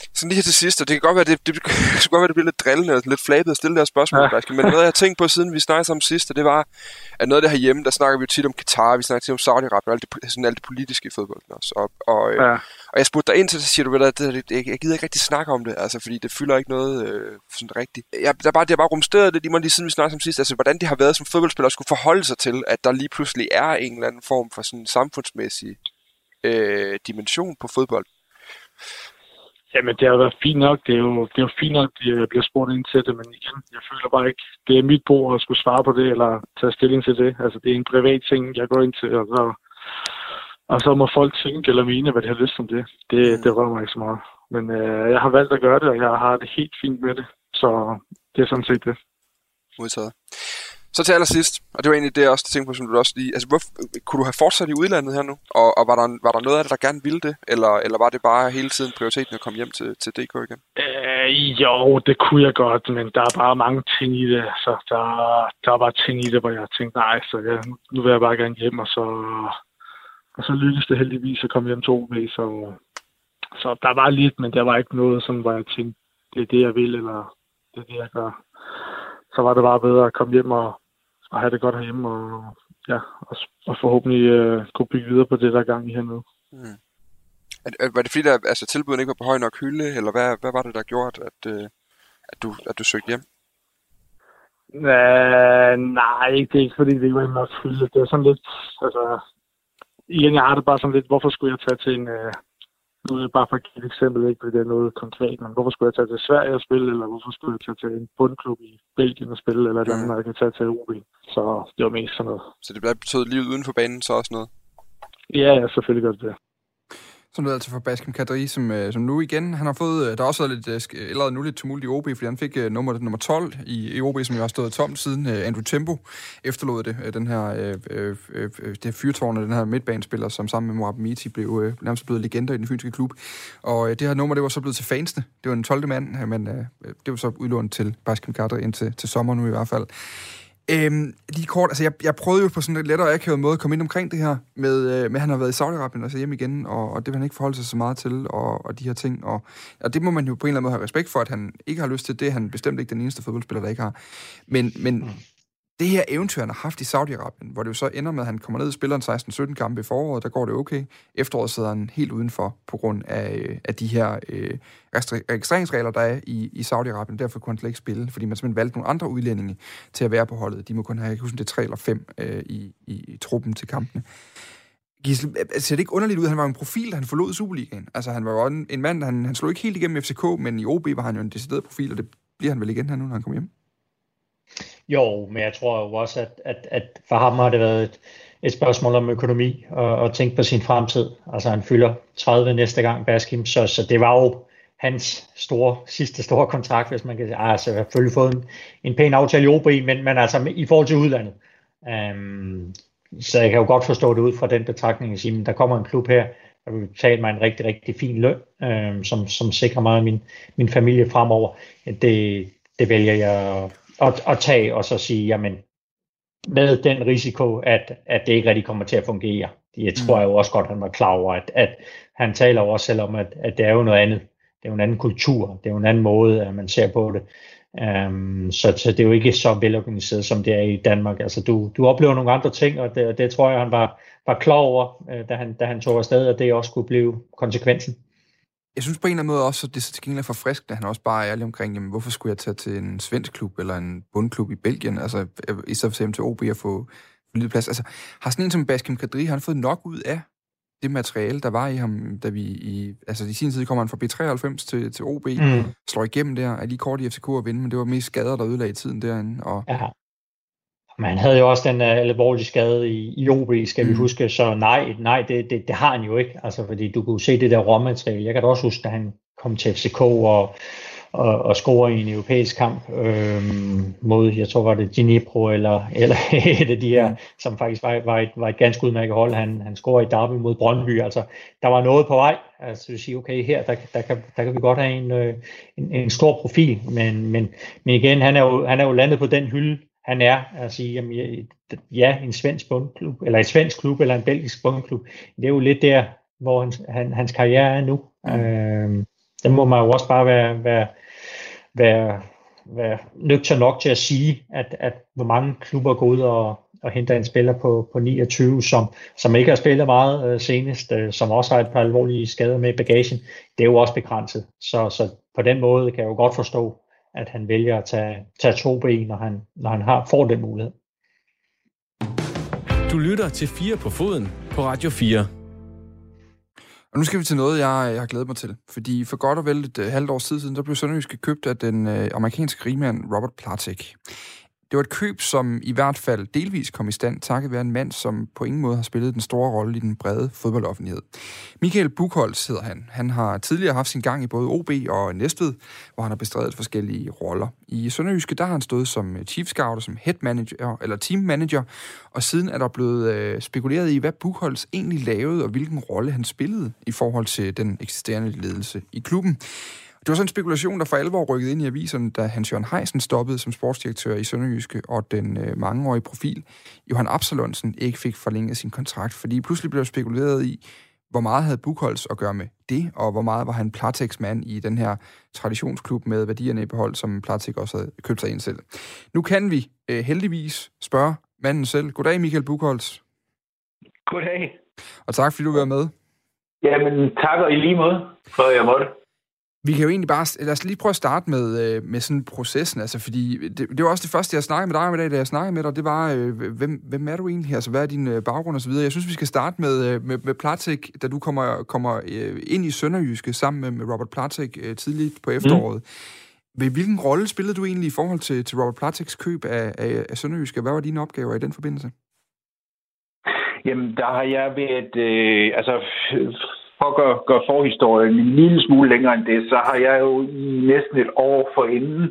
Sådan lige her til sidst, og det kan godt være, det, det, det, det, kan godt være, det bliver lidt drillende og lidt flabet at stille det her spørgsmål, ja. Men noget, jeg har tænkt på, siden vi snakkede sammen sidst, og det var, at noget af det herhjemme, der snakker vi jo tit om Katar, vi snakker tit om Saudi-Arabien, og alt det, sådan alt det politiske i fodbolden også. Og, og, ja. og jeg spurgte dig ind til det, så siger du, at det, det, jeg, jeg gider ikke rigtig snakke om det, altså, fordi det fylder ikke noget øh, sådan rigtigt. Jeg, der bare, det har bare rumsteret det, lige, lige siden vi snakkede om sidst, altså hvordan det har været som fodboldspiller at skulle forholde sig til, at der lige pludselig er en eller anden form for sådan samfundsmæssig øh, dimension på fodbold. Jamen, det har været fint nok. Det er jo, det er jo fint nok, at jeg bliver spurgt ind til det, men igen, jeg føler bare ikke, det er mit bord at skulle svare på det, eller tage stilling til det. Altså, det er en privat ting, jeg går ind til, og så, og så må folk tænke eller mene, hvad de har lyst om det. Det, mm. det rører mig ikke så meget. Men øh, jeg har valgt at gøre det, og jeg har det helt fint med det. Så det er sådan set det. Modtaget. Så til allersidst, og det var egentlig det, jeg også tænkte på, som du også lige... Altså, hvor, kunne du have fortsat i udlandet her nu? Og, og var, der, var der noget af det, der gerne ville det? Eller, eller var det bare hele tiden prioriteten at komme hjem til, til D K igen? Øh, jo, det kunne jeg godt, men der er bare mange ting i det. Så der, der er bare ting i det, hvor jeg tænkte, nej, så ja, nu vil jeg bare gerne hjem. Og så, og så lykkedes det heldigvis at komme hjem til O B. Så, så der var lidt, men der var ikke noget, som hvor jeg tænkte, det er det, jeg vil, eller det er det, jeg gør. Så var det bare bedre at komme hjem og og have det godt herhjemme, og, ja, og, og forhåbentlig uh, kunne bygge videre på det, der er gang i hernede. Mm. Var det fordi, at altså, tilbuddet ikke var på høj nok hylde, eller hvad, hvad var det, der gjorde, at, uh, at, du, at du søgte hjem? Uh, nej, det er ikke fordi, det ikke var nok hylde. Det er sådan lidt, altså, igen, jeg har det bare sådan lidt, hvorfor skulle jeg tage til en, uh, nu er det bare for at give et eksempel, ikke fordi det er noget konkret, men hvorfor skulle jeg tage til Sverige og spille, eller hvorfor skulle jeg tage til en bundklub i Belgien og spille, eller et eller andet, når jeg kan tage til O B. Så det var mest sådan noget. Så det betød livet uden for banen så også noget? Ja, ja, selvfølgelig gør det. Sådan noget altså for Baskem Kadri, som, som nu igen, han har fået, der har også været lidt, allerede nu lidt tumult i O B, fordi han fik uh, nummer, nummer tolv i, i O B, som jo har stået tomt siden uh, Andrew Tempo efterlod det, uh, den her, uh, uh, uh, det fyrtårn af den her midtbanespiller, som sammen med Moab Miti blev uh, nærmest blevet legender i den fynske klub. Og uh, det her nummer, det var så blevet til fansene. Det var den tolvte mand, men uh, det var så udlånt til Baskem Kadri indtil til sommer nu i hvert fald. Øhm, lige kort, altså jeg, jeg prøvede jo på sådan en lettere akavet måde at komme ind omkring det her, med, øh, med at han har været i Saudi-Arabien og så hjem igen, og, og det vil han ikke forholde sig så meget til, og, og de her ting, og, og det må man jo på en eller anden måde have respekt for, at han ikke har lyst til det, han bestemt ikke den eneste fodboldspiller, der ikke har. Men, men mm. det her eventyr, han har haft i Saudi-Arabien, hvor det jo så ender med, at han kommer ned og spiller en seksten sytten kampe i foråret, der går det okay. Efteråret sidder han helt udenfor på grund af, af de her øh, registreringsregler, der er i, i Saudi-Arabien. Derfor kunne han slet ikke spille, fordi man simpelthen valgte nogle andre udlændinge til at være på holdet. De må kun have, jeg kan huske, det er tre eller fem øh, i, i, i truppen til kampene. Gisle, ser det ikke underligt ud? Han var en profil, da han forlod Superligaen. Altså, han var jo en, en mand, han, han slog ikke helt igennem F C K, men i O B var han jo en decideret profil, og det bliver han vel igen her nu, når han kommer hjem. Jo, men jeg tror jo også, at, at, at for ham har det været et, et spørgsmål om økonomi og, og tænke på sin fremtid. Altså han fylder tredive næste gang, Baskim, så, så det var jo hans store, sidste store kontrakt, hvis man kan sige. Altså jeg har selvfølgelig fået en, en pæn aftale i O B, men, men altså i forhold til udlandet. Um, så jeg kan jo godt forstå det ud fra den betragtning, at sige, men der kommer en klub her, der vil betale mig en rigtig, rigtig fin løn, um, som, som sikrer mig og min, min familie fremover. Det, det vælger jeg at, at tage og så sige, jamen med den risiko, at, at det ikke rigtig kommer til at fungere. Jeg tror mm. jo også godt, at han var klar over, at, at han taler jo også selv om, at, at det er jo noget andet. Det er jo en anden kultur, det er jo en anden måde, at man ser på det. Um, så, så det er jo ikke så velorganiseret, som det er i Danmark. Altså du, du oplever nogle andre ting, og det, det tror jeg, han var, var klar over, da han, da han tog afsted, at det også skulle blive konsekvensen. Jeg synes på en eller anden måde også, at det er til gengæld for frisk, at han også bare er ærlig omkring, jamen, hvorfor skulle jeg tage til en svensk klub eller en bundklub i Belgien, altså i stedet for til O B og få lidt plads. Altså, har sådan en som Baskem Kadri, har han fået nok ud af det materiale, der var i ham, da vi i, altså i sin tid kommer han fra B treoghalvfems til, til O B, mm. slår igennem der, er lige kort i F C K at vinde, men det var mest skader, der ødelagde tiden derinde. Og ja. Men han havde jo også den uh, alvorlige skade i, i O B, skal mm. vi huske, så nej, nej det, det, det har han jo ikke, altså fordi du kunne se det der råmateriale. Jeg kan da også huske, da han kom til F C K og, og, og score i en europæisk kamp øhm, mod, jeg tror var det Dnipro eller, eller et af de her, mm. som faktisk var, var, et, var et ganske udmærket hold. Han, han scorede i derby mod Brøndby, altså der var noget på vej, altså du siger, okay, her der, der, kan, der kan vi godt have en, en, en stor profil, men, men, men igen, han er, jo, han er jo landet på den hylde, han er at sige, jamen, ja, en svensk bundklub, eller en svensk klub, eller en belgisk bundklub. Det er jo lidt der, hvor hans, han, hans karriere er nu. Mm. Øhm, den må man jo også bare være, være, være, være nøgtern nok til at sige, at, at hvor mange klubber går ud og, og henter en spiller på, på niogtyve, som, som ikke har spillet meget øh, senest, øh, som også har et par alvorlige skader med i bagagen, det er jo også begrænset. Så, så på den måde kan jeg jo godt forstå, at han vælger at tage, tage to ben, når han, når han har, får den mulighed. Du lytter til fire på foden på Radio fire. Og nu skal vi til noget, jeg, jeg har glædet mig til. Fordi for godt og vel et uh, halvt års tid siden, der blev Sønderjyske købt af den uh, amerikanske rigmand Robert Platek. Det var et køb, som i hvert fald delvis kom i stand, takket være en mand, som på ingen måde har spillet den store rolle i den brede fodboldoffentlighed. Michael Buchholz hedder han. Han har tidligere haft sin gang i både O B og Næstved, hvor han har bestredet forskellige roller. I Sønderjyske, der har han stået som chief scout og som head manager, eller team manager, og siden er der blevet øh, spekuleret i, hvad Buchholz egentlig lavede, og hvilken rolle han spillede i forhold til den eksisterende ledelse i klubben. Det var sådan en spekulation, der for alvor rykkede ind i aviserne, da Hans-Jørgen Heisen stoppede som sportsdirektør i Sønderjyske, og den øh, mangeårige profil, Johan Absalonsen, ikke fik forlænget sin kontrakt, fordi pludselig blev spekuleret i, hvor meget havde Buchholz at gøre med det, og hvor meget var han Plateks mand i den her traditionsklub med værdierne i behold, som Platek også havde købt sig ind selv. Nu kan vi øh, heldigvis spørge manden selv. Goddag, Michael Buchholz. Goddag. Og tak, fordi du var med. Jamen, tak og i lige måde, for jeg måtte. Vi kan jo egentlig bare... Lad os lige prøve at starte med, med sådan processen, altså, fordi det, det var også det første, jeg snakkede med dig om i dag, da jeg snakkede med dig, det var, hvem, hvem er du egentlig? Altså, hvad er din baggrund og så videre? Jeg synes, vi skal starte med, med, med Platek, da du kommer, kommer ind i Sønderjyske sammen med, med Robert Platek tidligt på efteråret. Mm. Hvilken rolle spillede du egentlig i forhold til, til Robert Plateks køb af, af, af Sønderjyske? Hvad var dine opgaver i den forbindelse? Jamen, der har jeg været... Øh, altså... For at gøre, gøre forhistorien en lille smule længere end det, så har jeg jo i næsten et år forinden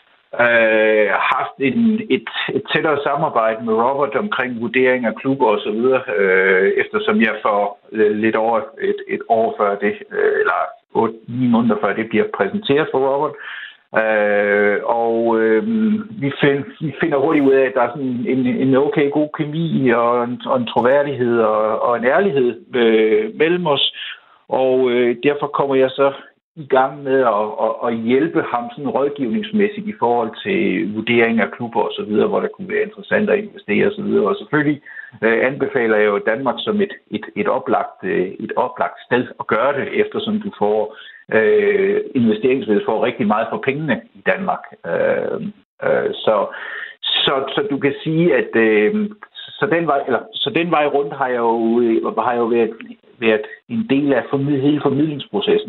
øh, haft en, et, et tættere samarbejde med Robert omkring vurdering af klubber og så videre, øh, eftersom jeg for øh, lidt over et, et år før det, øh, eller otte ni måneder før det bliver præsenteret for Robert. Øh, og øh, vi, find, vi finder hurtigt ud af, at der er sådan en, en okay god kemi og en, og en troværdighed og, og en ærlighed øh, mellem os. Og øh, derfor kommer jeg så i gang med at, at, at hjælpe ham sådan rådgivningsmæssigt i forhold til vurdering af klubber og så videre, hvor der kunne være interessant at investere og så videre. Og selvfølgelig øh, anbefaler jeg jo Danmark som et, et, et, oplagt, øh, et oplagt sted at gøre det, eftersom du får øh, investeringsved for rigtig meget for pengene i Danmark. Øh, øh, så, så, så du kan sige, at øh, så den vej, eller så den vej rundt har jeg jo har jeg jo været, været en del af formid, hele formidlingsprocessen.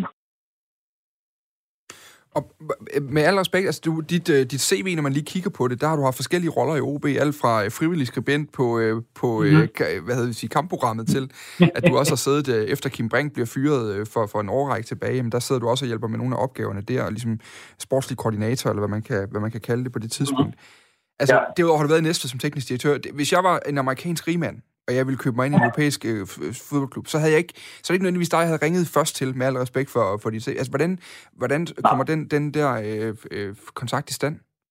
Og med al respekt, altså du, dit, dit C V, når man lige kigger på det, der har du haft forskellige roller i O B, alt fra frivillig skribent på, på mm-hmm. hvad hedder det, kampprogrammet til, at du også har siddet, efter Kim Brink bliver fyret for, for en årrække tilbage, men der sidder du også og hjælper med nogle af opgaverne der, og ligesom sportslig koordinator, eller hvad man kan, hvad man kan kalde det på det tidspunkt. Mm-hmm. Altså, ja. Derudover har du været i Næstved som teknisk direktør. Hvis jeg var en amerikansk rigmand, og jeg ville købe mig ind i en europæisk øh, fodboldklub, så havde jeg ikke, så er det ikke nødvendigvis dig, jeg havde ringet først til, med al respekt for, for dit. Altså, hvordan, hvordan kommer den, den der øh, øh, kontakt i stand?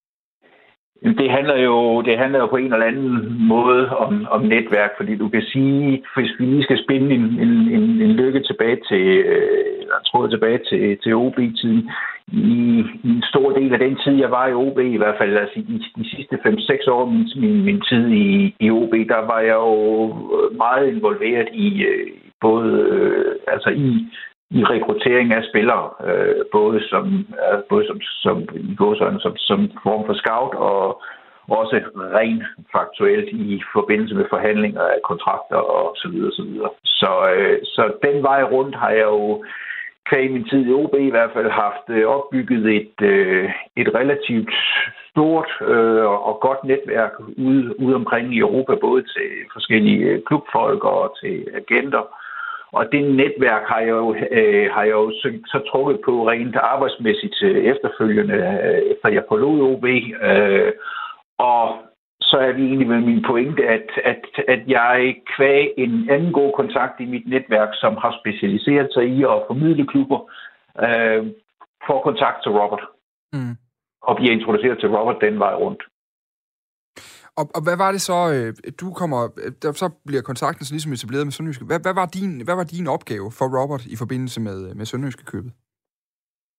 Det handler jo, det handler jo på en eller anden måde om, om netværk, fordi du kan sige, hvis vi lige skal spinde en, en, en, en lykke tilbage til, eller tråd tilbage til, til O B-tiden, i, i en stor del af den tid, jeg var i O B, i hvert fald altså i de sidste fem seks år min, min, min tid i, i O B, der var jeg jo meget involveret i både altså i, i rekruttering af spillere, øh, både som både som som i gåsøjne som som form for scout og også rent faktuelt i forbindelse med forhandlinger af kontrakter og så videre så videre. Så øh, så den vej rundt har jeg jo i min tid i O B i hvert fald haft opbygget et, et relativt stort og godt netværk ude, ude omkring i Europa, både til forskellige klubfolk og til agenter. Og det netværk har jeg jo, har jeg jo så, så trukket på rent arbejdsmæssigt efterfølgende, efter jeg forlod O B. Og så er det egentlig med min pointe, at, at, at jeg kvæg en anden god kontakt i mit netværk, som har specialiseret sig i at formidle klubber, øh, får kontakt til Robert. Mm. Og bliver introduceret til Robert den vej rundt. Og, og hvad var det så, du kommer, der så bliver kontakten så ligesom etableret med Sønderjyske. Hvad, hvad, var din, hvad var din opgave for Robert i forbindelse med, med Sønderjyske købet?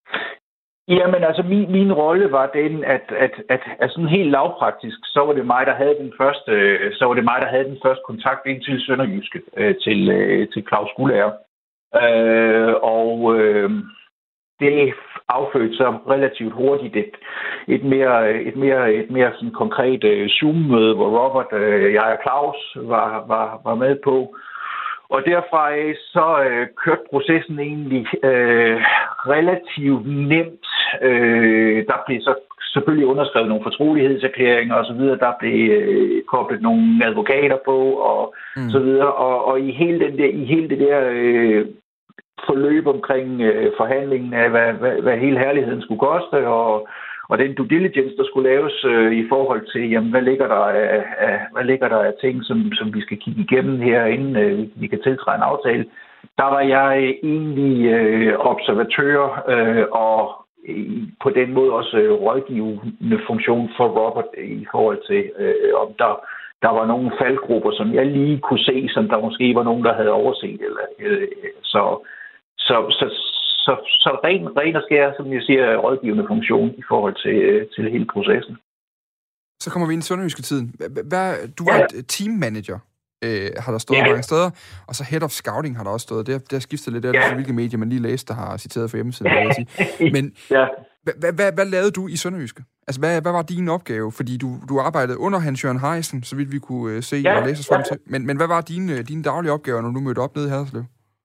Jamen altså, min, min rolle var den, at, at, at, at sådan helt lavpraktisk, så var det mig, der havde den første, så var det mig, der havde den første kontakt ind til Sønderjyske, øh, til, øh, til Claus Guldager. Øh, og øh, det affødte så relativt hurtigt et, et mere, et mere, et mere sådan konkret øh, Zoom-møde, hvor Robert, øh, jeg og Claus var, var, var med på. Og derfra af så øh, kørte processen egentlig øh, relativt nemt. Øh, der blev så selvfølgelig underskrevet nogle fortrolighedserklæringer osv. Der blev øh, koblet nogle advokater på og mm. så videre. Og, og i hele den der, i hele det der øh, forløb omkring øh, forhandlingen af hvad, hvad, hvad hele herligheden skulle koste og Og den due diligence, der skulle laves øh, i forhold til, jamen, hvad ligger der af, af, hvad ligger der af ting, som, som vi skal kigge igennem her, inden øh, vi kan tiltræde en aftale, der var jeg egentlig øh, observatør øh, og øh, på den måde også øh, rådgivende funktion for Robert i forhold til, øh, om der, der var nogle faldgrupper, som jeg lige kunne se, som der måske var nogen, der havde overset. Eller, øh, så, så, så Så, så ren, ren og skær, som jeg siger, rådgivende funktion i forhold til, til hele processen. Så kommer vi ind i Sønderjyske-tiden. Hvad, du var ja. et teammanager, øh, har der stået ja. mange steder, og så head of scouting har der også stået. Det har, det har skiftet lidt af, ja. hvilke medier man lige læste, der har citeret for hjemmesiden, vil jeg sige. Men ja. hvad, hvad, hvad lavede du i Sønderjyske? Altså, hvad, hvad var din opgave? Fordi du, du arbejdede under Hans-Jørgen Heisen, så vidt vi kunne uh, se ja. og læse os frem til. Men, men hvad var dine, dine daglige opgaver, når du mødte op nede i Haderslev?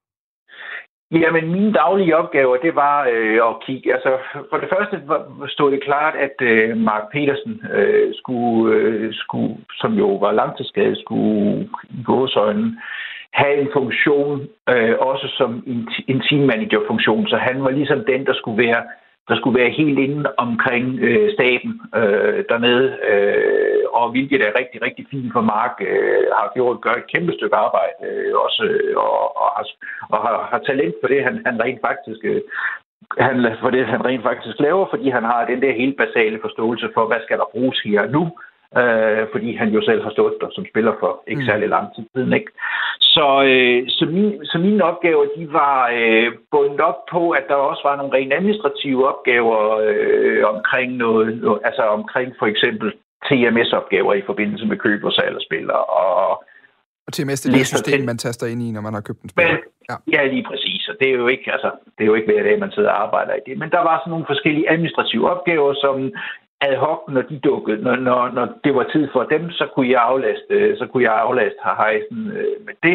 Jamen, mine daglige opgaver, det var øh, at kigge. Altså, for det første stod det klart, at øh, Mark Petersen øh, skulle, øh, skulle, som jo var langtidsskadet, skulle i gåseøjne have en funktion, øh, også som en, en teammanager-funktion. Så han var ligesom den, der skulle være, der skulle være helt inde omkring øh, staben øh, dernede. Øh, og hvilket er rigtig, rigtig fint for Mark, øh, har gjort gør et kæmpe stykke arbejde øh, også, øh, og, og, har, og har, har talent for det, han, han rent faktisk øh, han, for det, han rent faktisk laver, fordi han har den der helt basale forståelse for, hvad skal der bruges her nu, øh, fordi han jo selv har stået der som spiller for ikke særlig lang tid siden, ikke? Så, øh, så, min, så mine opgaver, de var øh, bundet op på, at der også var nogle rent administrative opgaver øh, omkring noget, altså omkring for eksempel T M S-opgaver i forbindelse med køb og salg af spillere. Og, og T M S, det er det system, man taster ind i, når man har købt en spiller. Ja. ja, lige præcis. Og det er jo ikke, altså, det er jo ikke hver dag, man sidder og arbejder i det. Men der var sådan nogle forskellige administrative opgaver, som ad hoc, når de dukkede, når, når, når det var tid for dem, så kunne jeg aflaste, så kunne jeg aflaste Heisen med det.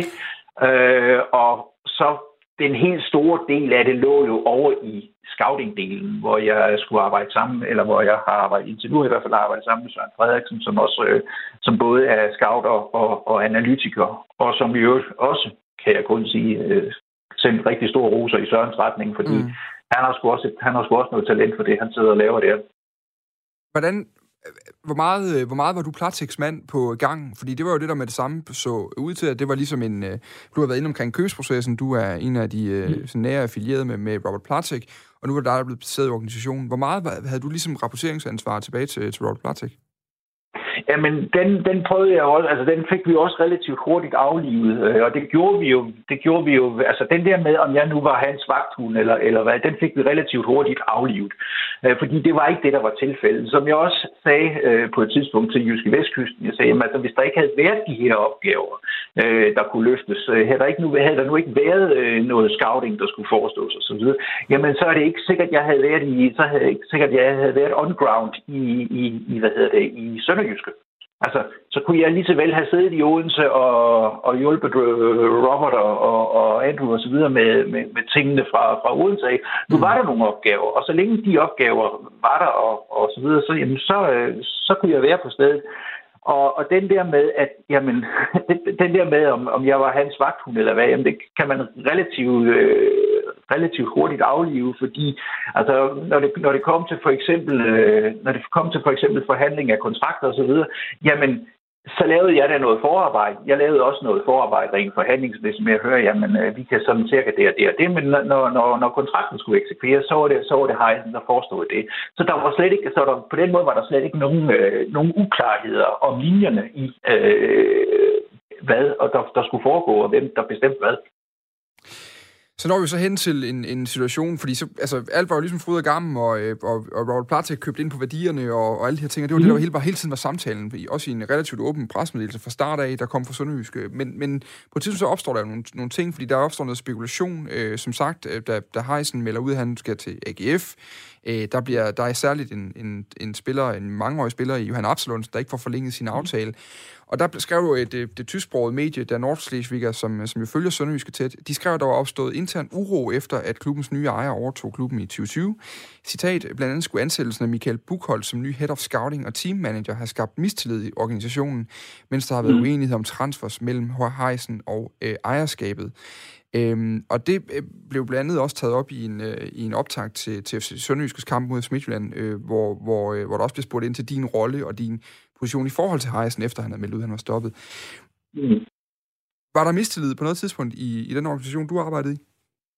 Øh, og så den helt store del af det lå jo over i scouting-delen, hvor jeg skulle arbejde sammen, eller hvor jeg har arbejdet indtil nu i hvert fald arbejdet sammen med Søren Frederiksen, som også øh, som både er scout og, og, og analytiker, og som i øvrigt også, kan jeg kun sige, øh, sendt rigtig store roser i Sørens retning, fordi mm. han har sgu også, han har sgu også noget talent for det, han sidder og laver der. Hvordan, hvor meget, hvor meget var du Platex-mand på gangen? Fordi det var jo det, der med det samme så ud til, at det var ligesom en... Du har været inde omkring købsprocessen, du er en af de mm. sådan nære affilierede med, med Robert Platek, og nu var der, der blevet placeret i organisationen. Hvor meget havde du ligesom rapporteringsansvar tilbage til, til Robert Platek? Jamen, den, den prøvede jeg også, altså den fik vi også relativt hurtigt aflivet, og det gjorde vi jo, det gjorde vi jo, altså den der med, om jeg nu var hans vagthund, eller, eller hvad, den fik vi relativt hurtigt aflivet, fordi det var ikke det, der var tilfældet. Som jeg også sagde på et tidspunkt til Jyske Vestkysten, jeg sagde, altså hvis der ikke havde været de her opgaver, der kunne løftes, havde der, ikke nu, havde der nu ikke været noget scouting, der skulle forestås og så videre, jamen så er det ikke sikkert, jeg havde været i, så havde det ikke sikkert, jeg havde været on ground i, i, i hvad hedder det, i Sønderjyske. Altså, så kunne jeg lige så vel have siddet i Odense og, og hjulpet Robert og, og, og Andrew og så videre med, med, med tingene fra, fra Odense af. Nu var der nogle opgaver, og så længe de opgaver var der og, og så videre, så, jamen, så, så kunne jeg være på stedet. Og, og den der med, at jamen, den der med, om, om jeg var hans vagthund eller hvad, jamen, det kan man relativt, øh, relativt hurtigt aflive, fordi altså, når, det, når det kom til for eksempel, øh, når det kom til for eksempel forhandling af kontrakter og så videre, jamen, så lavede jeg da noget forarbejde. Jeg lavede også noget forarbejde rent forhandlingsmæssigt med at høre, jamen, vi kan sådan cirka det og det og det, men når, når, når kontrakten skulle eksekveres, så var det, så var det Heisen, der forestod det. Så der var slet ikke, så der, på den måde var der slet ikke nogen, øh, nogen uklarheder om linjerne i, øh, hvad og der, der skulle foregå, og hvem der bestemte hvad. Så når vi så hen til en, en situation, fordi så, altså, alt var jo ligesom fryd og gammel, og, og, og Robert Platek købte ind på værdierne og, og alle de her ting, og det var mm. det, der var hele, var, hele tiden var samtalen, også i en relativt åben pressemeddelelse fra start af, der kom fra Sønderjyske. Men, men på et tidspunkt så opstår der nogle, nogle ting, fordi der opstår noget spekulation. Øh, som sagt, da, da Heisen melder ud, at han skal til A G F, øh, der, bliver, der er særligt en, en, en spiller, en mangeårig spiller i Johan Absalonsen, der ikke får forlænget sin aftale. Og der skrev jo det, det, det tysksprogede medie, der Nordschleswiger, som, som jo følger Sønderjyske tæt, de skrev, at der var opstået intern uro efter, at klubbens nye ejer overtog klubben i tyve tyve. Citat, blandt andet skulle ansættelsen af Michael Buchholz som ny head of scouting og team manager have skabt mistillid i organisationen, mens der har været uenighed om transfers mellem Heisen og øh, ejerskabet. Øhm, og det øh, blev blandt andet også taget op i en, øh, i en optakt til, til Sønderjyskes kamp mod Midtjylland, øh, hvor, hvor, øh, hvor der også blev spurgt ind til din rolle og din position i forhold til Heisen, efter han havde meldt ud, han var stoppet. Mm. Var der mistillid på noget tidspunkt i, i den organisation, du arbejdede i?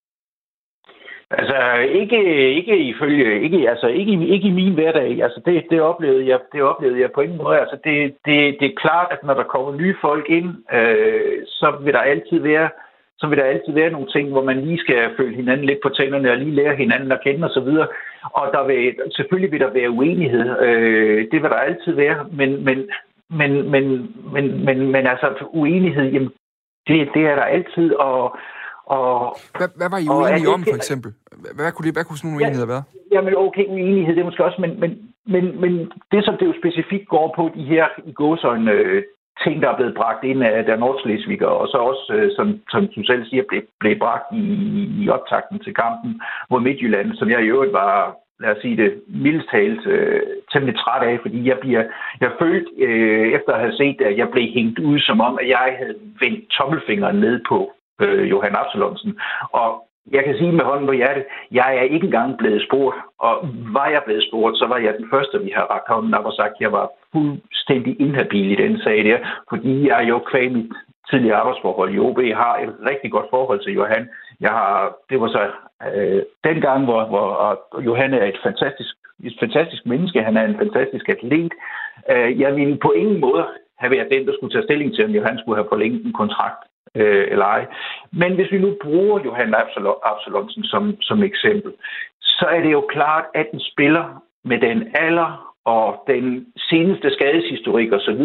Altså, ikke, ikke ifølge, ikke, altså, ikke, ikke i min hverdag. Altså, det, det, oplevede jeg, det oplevede jeg på ingen måde. Altså, det, det, det er klart, at når der kommer nye folk ind, øh, så vil der altid være så vil der altid være nogle ting, hvor man lige skal følge hinanden lidt på tænderne og lige lære hinanden at kende osv. Og der vil, selvfølgelig vil der være uenighed. Øh, det vil der altid være. Men, men, men, men, men, men, men altså uenighed, jamen, det, det er der altid. Og, og, hvad, hvad var I uenige om, for eksempel? Hvad, hvad kunne, det, hvad kunne sådan nogle uenigheder være? Jamen okay, uenighed, det er måske også, men, men, men, men det, som det jo specifikt går på, de her i gåsøjne øh, ting, der er blevet bragt ind af der Nordschleswiger, og så også, øh, som, som du selv siger, blev, blev bragt i, i optakten til kampen mod Midtjylland, som jeg i øvrigt var, lad os sige det, mildest talt øh, temmelig træt af, fordi jeg bliver, jeg følte, øh, efter at have set det, at jeg blev hængt ud, som om, at jeg havde vendt tommelfingeren ned på øh, Johan Absalonsen. Og jeg kan sige med hånden på hjertet, jeg er ikke engang blevet spurgt, og var jeg blevet spurgt, så var jeg den første, vi har rakt hånden op og sagt, at jeg var fuldstændig inhabil i den sag der, fordi jeg jo kvæg mit tidligere arbejdsforhold i O B har et rigtig godt forhold til Johan. Jeg har, det var så øh, den gang, hvor, hvor Johan er et fantastisk, et fantastisk menneske, han er en fantastisk atlet. Øh, jeg ville på ingen måde have været den, der skulle tage stilling til, om Johan skulle have forlænget en kontrakt øh, eller ej. Men hvis vi nu bruger Johan Absalonsen som, som eksempel, så er det jo klart, at en spiller med den alder og den seneste skadeshistorik osv.,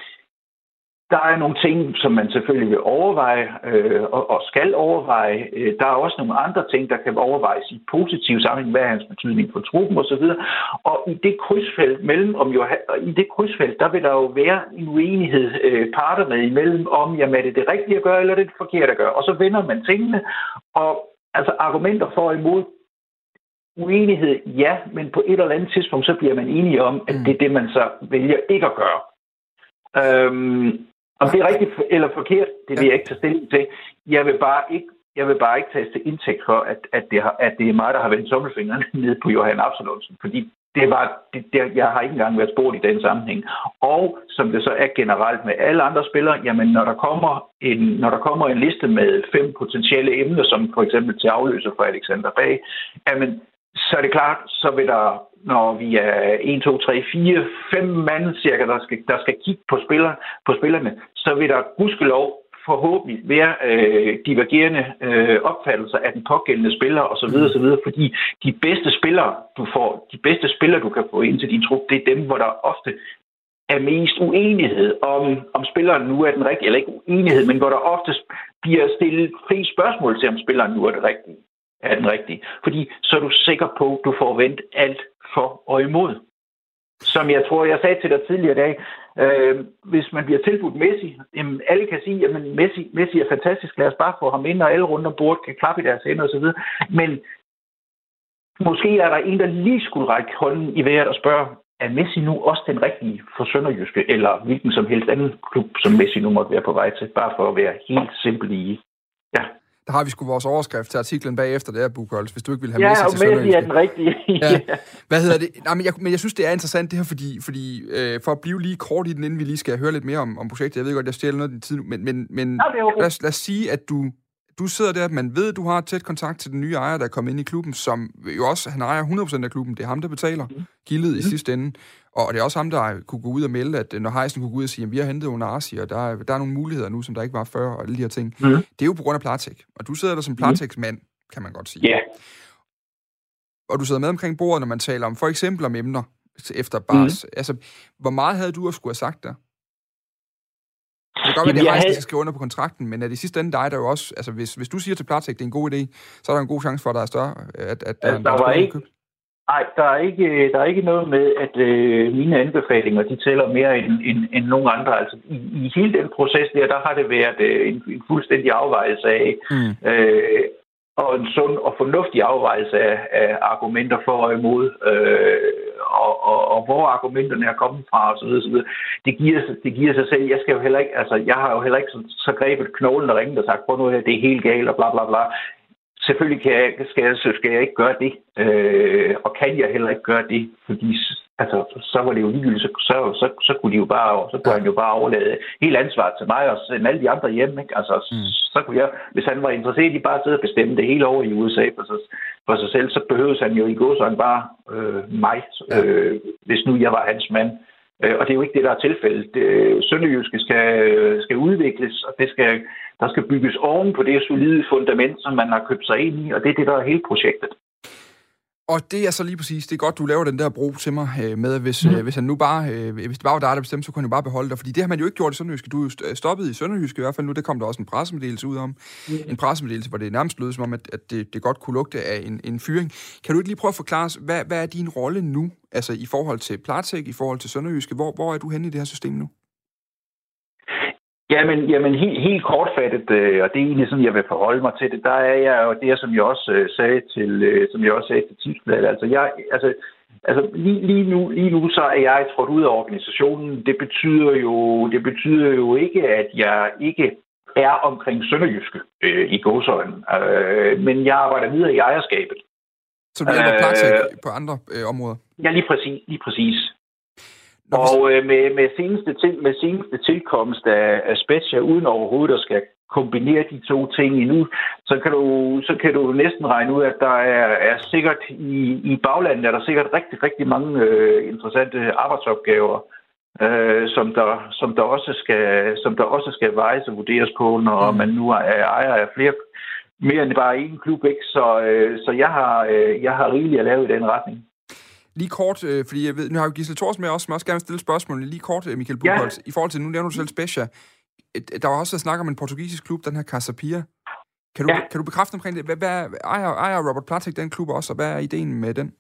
der er nogle ting, som man selvfølgelig vil overveje øh, og, og skal overveje. Der er også nogle andre ting, der kan overvejes i positiv sammenhæng. Hvad er hans betydning for truppen osv.? Og i det krydsfelt mellem, om jo, i det krydsfelt, der vil der jo være en uenighed øh, parterne imellem, om jamen, er det det rigtige at gøre, eller det, det forkerte at gøre. Og så vender man tingene. Og altså argumenter for og imod uenighed, ja, men på et eller andet tidspunkt, så bliver man enige om, at det er det, man så vælger ikke at gøre. Øhm, Om det er rigtigt eller forkert, det vil jeg ikke tage stilling til. Jeg vil bare ikke, jeg vil bare ikke tage til indtægt for, at, at, det har, at det er mig, der har vendt tommelfingeren ned på Johan Absalonsen. Fordi det var, det, det, jeg har ikke engang været spurgt i den sammenhæng. Og som det så er generelt med alle andre spillere, jamen når der kommer en, når der kommer en liste med fem potentielle emner, som for eksempel til afløser for Alexander Bag, jamen så er det klart, så vil der, når vi er en, to, tre, fire, fem mand cirka, der skal, der skal kigge på, spiller, på spillerne, så vil der gudskelov forhåbentlig være øh, divergerende øh, opfattelser af den pågældende spiller osv. osv. Fordi de bedste spillere, du får, de bedste spillere, du kan få ind til din trup, det er dem, hvor der ofte er mest uenighed om, om spilleren nu er den rigtige, eller ikke uenighed, men hvor der ofte bliver stillet fri spørgsmål til, om spilleren nu er det rigtige. er den rigtige. Fordi så er du sikker på, at du får vendt alt for og imod. Som jeg tror, jeg sagde til dig tidligere i dag, øh, hvis man bliver tilbudt Messi, jamen, alle kan sige, at Messi, Messi er fantastisk, lad os bare få ham ind, og alle rundt om bordet kan klappe i deres hænder osv. Men måske er der en, der lige skulle række hånden i vejret og spørge, er Messi nu også den rigtige for Sønderjyske, eller hvilken som helst anden klub, som Messi nu måtte være på vej til, bare for at være helt simpel i. Ja. Der har vi sgu vores overskrift til artiklen bagefter, det er Buchholz, hvis du ikke vil have ja, Messi til Sønderjyske. Ja, og Messi er den rigtige. ja. Hvad hedder det? Nej, men, jeg, men jeg synes, det er interessant det her, fordi, fordi øh, for at blive lige kort i den, inden vi lige skal høre lidt mere om, om projektet. Jeg ved godt, jeg stjæler noget af din tid nu, men, men, men ja, okay. lad, os, lad os sige, at du du sidder der, man ved, at du har tæt kontakt til den nye ejer, der er kommet ind i klubben, som jo også, han ejer hundrede procent af klubben. Det er ham, der betaler mm. gildet mm. i sidste ende. Og det er også ham, der kunne gå ud og melde, at når Heisen kunne gå ud og sige, at vi har hentet Onasi, og der er, der er nogle muligheder nu, som der ikke var før, og alle de her ting. Mm. Det er jo på grund af Platek. Og du sidder der som Platek-mand, kan man godt sige. Ja. Yeah. Og du sidder med omkring bordet, når man taler om for eksempel om emner efter Bars. Mm. Altså, hvor meget havde du at skulle have sagt der? Det kan godt være, at det er Heisen, der skal skrive under på kontrakten, men er det i sidste ende dig, der jo også... Altså, hvis, hvis du siger til Platek, det er en god idé, så er der en god chance for, at der er større... At, at altså, der, der var ikke... Nej, der er ikke, der er ikke noget med, at øh, mine anbefalinger, de tæller mere end, end, end nogen andre. Altså, i, i hele den proces der, der har det været øh, en, en fuldstændig afvejelse af... Mm. Øh, og en sund og fornuftig afvejelse af, af argumenter for og imod, øh, og, og, og hvor argumenterne er kommet fra, og så videre, så videre. Det giver, det giver sig selv. Jeg skal jo heller ikke, altså, jeg har jo heller ikke så, så grebet knoglen og ringet og sagt, prøv nu, det er helt galt, og bla bla bla. Selvfølgelig kan jeg, skal, jeg, skal jeg ikke gøre det, øh, og kan jeg heller ikke gøre det, fordi altså, så var det jo ligegyldigt, så, så, så, så kunne de jo bare, så kunne han jo bare overlade hele ansvaret til mig og sende alle de andre hjem, ikke? Altså, mm. så kunne jeg, hvis han var interesseret i bare at sidde og bestemme det hele over i U S A for sig, for sig selv, så behøvede han jo i gåsøjne bare øh, mig, øh, hvis nu jeg var hans mand. Øh, og det er jo ikke det, der er tilfældet. Øh, Sønderjyske skal, skal udvikles, og det skal, der skal bygges oven på det solide fundament, som man har købt sig ind i, og det er det, der er hele projektet. Og det er så lige præcis, det er godt, du laver den der bro til mig øh, med, at hvis, mm. øh, hvis han nu bare, øh, hvis det bare var dig, der bestemte, så kunne han jo bare beholde dig, fordi det har man jo ikke gjort i Sønderjyske. Du er jo stoppet i Sønderjyske i hvert fald nu, der kom der også en pressemeddelelse ud om. Mm. En pressemeddelelse, hvor det nærmest lød som om, at, at det, det godt kunne lugte af en, en fyring. Kan du ikke lige prøve at forklare os, hvad, hvad er din rolle nu, altså i forhold til Platek, i forhold til Sønderjyske? Hvor, hvor er du henne i det her system nu? Jamen, jamen helt, helt kortfattet, øh, og det er egentlig sådan, jeg vil forholde mig til det, der er jeg jo det, som jeg også øh, sagde til, øh, som jeg også sagde til Tipsbladet. Altså, jeg, altså, altså lige, lige, nu, lige nu så er jeg trådt ud af organisationen. Det betyder jo, det betyder jo ikke, at jeg ikke er omkring Sønderjyske øh, i gåseøjne, øh, men jeg arbejder videre i ejerskabet. Så du hjælper Platek øh, på andre øh, områder? Ja, lige præcis. Lige præcis. Og øh, med, med, seneste til, med seneste tilkomst af, af Spezia, uden overhovedet at skal kombinere de to ting endnu, så kan du, så kan du næsten regne ud, at der er, er sikkert i, i baglandet er der sikkert rigtig, rigtig mange øh, interessante arbejdsopgaver, øh, som, der, som, der også skal, som der også skal vejes og vurderes på, når mm. man nu er ejer af flere, mere end bare én klub, ikke? Så, øh, så jeg har, øh, jeg har rigeligt at lave i den retning. Lige kort, øh, fordi jeg ved, nu har jo Gisle Thors med også, som også gerne vil stille spørgsmål. Lige kort, Michael Buchholz, ja. I forhold til, nu nævner du selv Spezia. Der var også snak om en portugisisk klub, den her Casa Pia. Kan du, ja. kan du bekræfte omkring det? Hvad, hvad ejer, ejer Robert Platek den klub også, og hvad er ideen med den?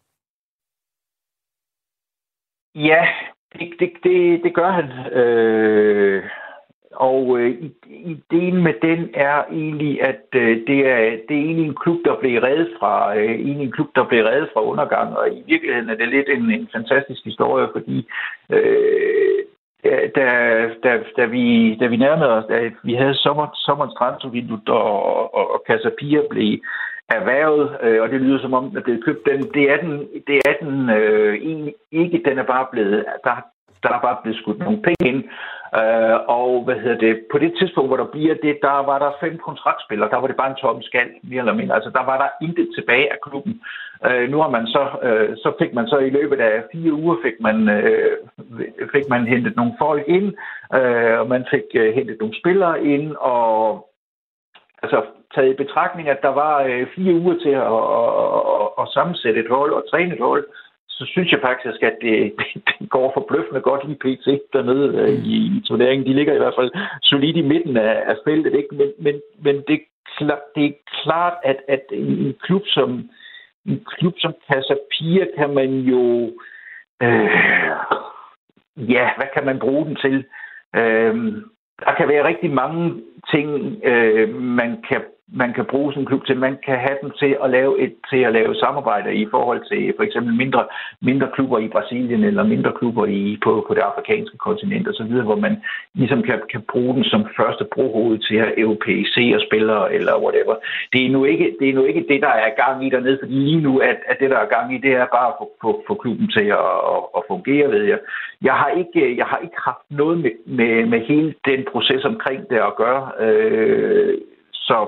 Ja, det, det, det, det gør han. Øh... Og øh, ideen med den er egentlig, at øh, det, er, det er egentlig en klub, der blev reddet fra, øh, en klub, der blev reddet fra undergang. Og i virkeligheden er det lidt en, en fantastisk historie, fordi øh, da, da, da, vi, da vi nærmede os, da vi havde sommer, sommerens transfervindue, og, og, og Casa Pia blev erhvervet, øh, og det lyder som om, den er blevet købt. Den, det er den, det er den øh, ikke, den er bare blevet, der, der er bare blevet skudt nogle penge ind. Uh, og hvad hedder det, på det tidspunkt, hvor der bliver det, der var der fem kontraktspillere, der var det bare en tom skal, mere eller mindre. Altså, der var der intet tilbage af klubben. Uh, nu har man så, uh, så fik man så i løbet af fire uger, fik man, uh, fik man hentet nogle folk ind, uh, og man fik uh, hentet nogle spillere ind, og altså, taget i betragtning, at der var uh, fire uger til at, at, at, at sammensætte et hold og træne et hold, så synes jeg faktisk, at det, det går forbløffende godt lige pt. Dernede øh, i, i turneringen. De ligger i hvert fald solidt i midten af, af feltet, ikke? Men, men, men det, det er klart, at, at en klub som en klub som Casa Pia kan man jo øh, ja, hvad kan man bruge den til? Øh, der kan være rigtig mange ting, øh, man kan man kan bruge sådan en klub til. Man kan have den til at lave et til at lave samarbejde i forhold til for eksempel mindre mindre klubber i Brasilien eller mindre klubber i på på det afrikanske kontinent og så videre, hvor man ligesom kan kan bruge den som første brohoved til at europæisere spillere eller whatever. Det er nu ikke det er nu ikke det der er gang i dernede, fordi lige nu at, at det der er gang i, det er bare at få, få, få klubben til at, at, at fungere, ved jeg. Jeg har ikke jeg har ikke haft noget med med, med hele den proces omkring det at gøre. Øh, så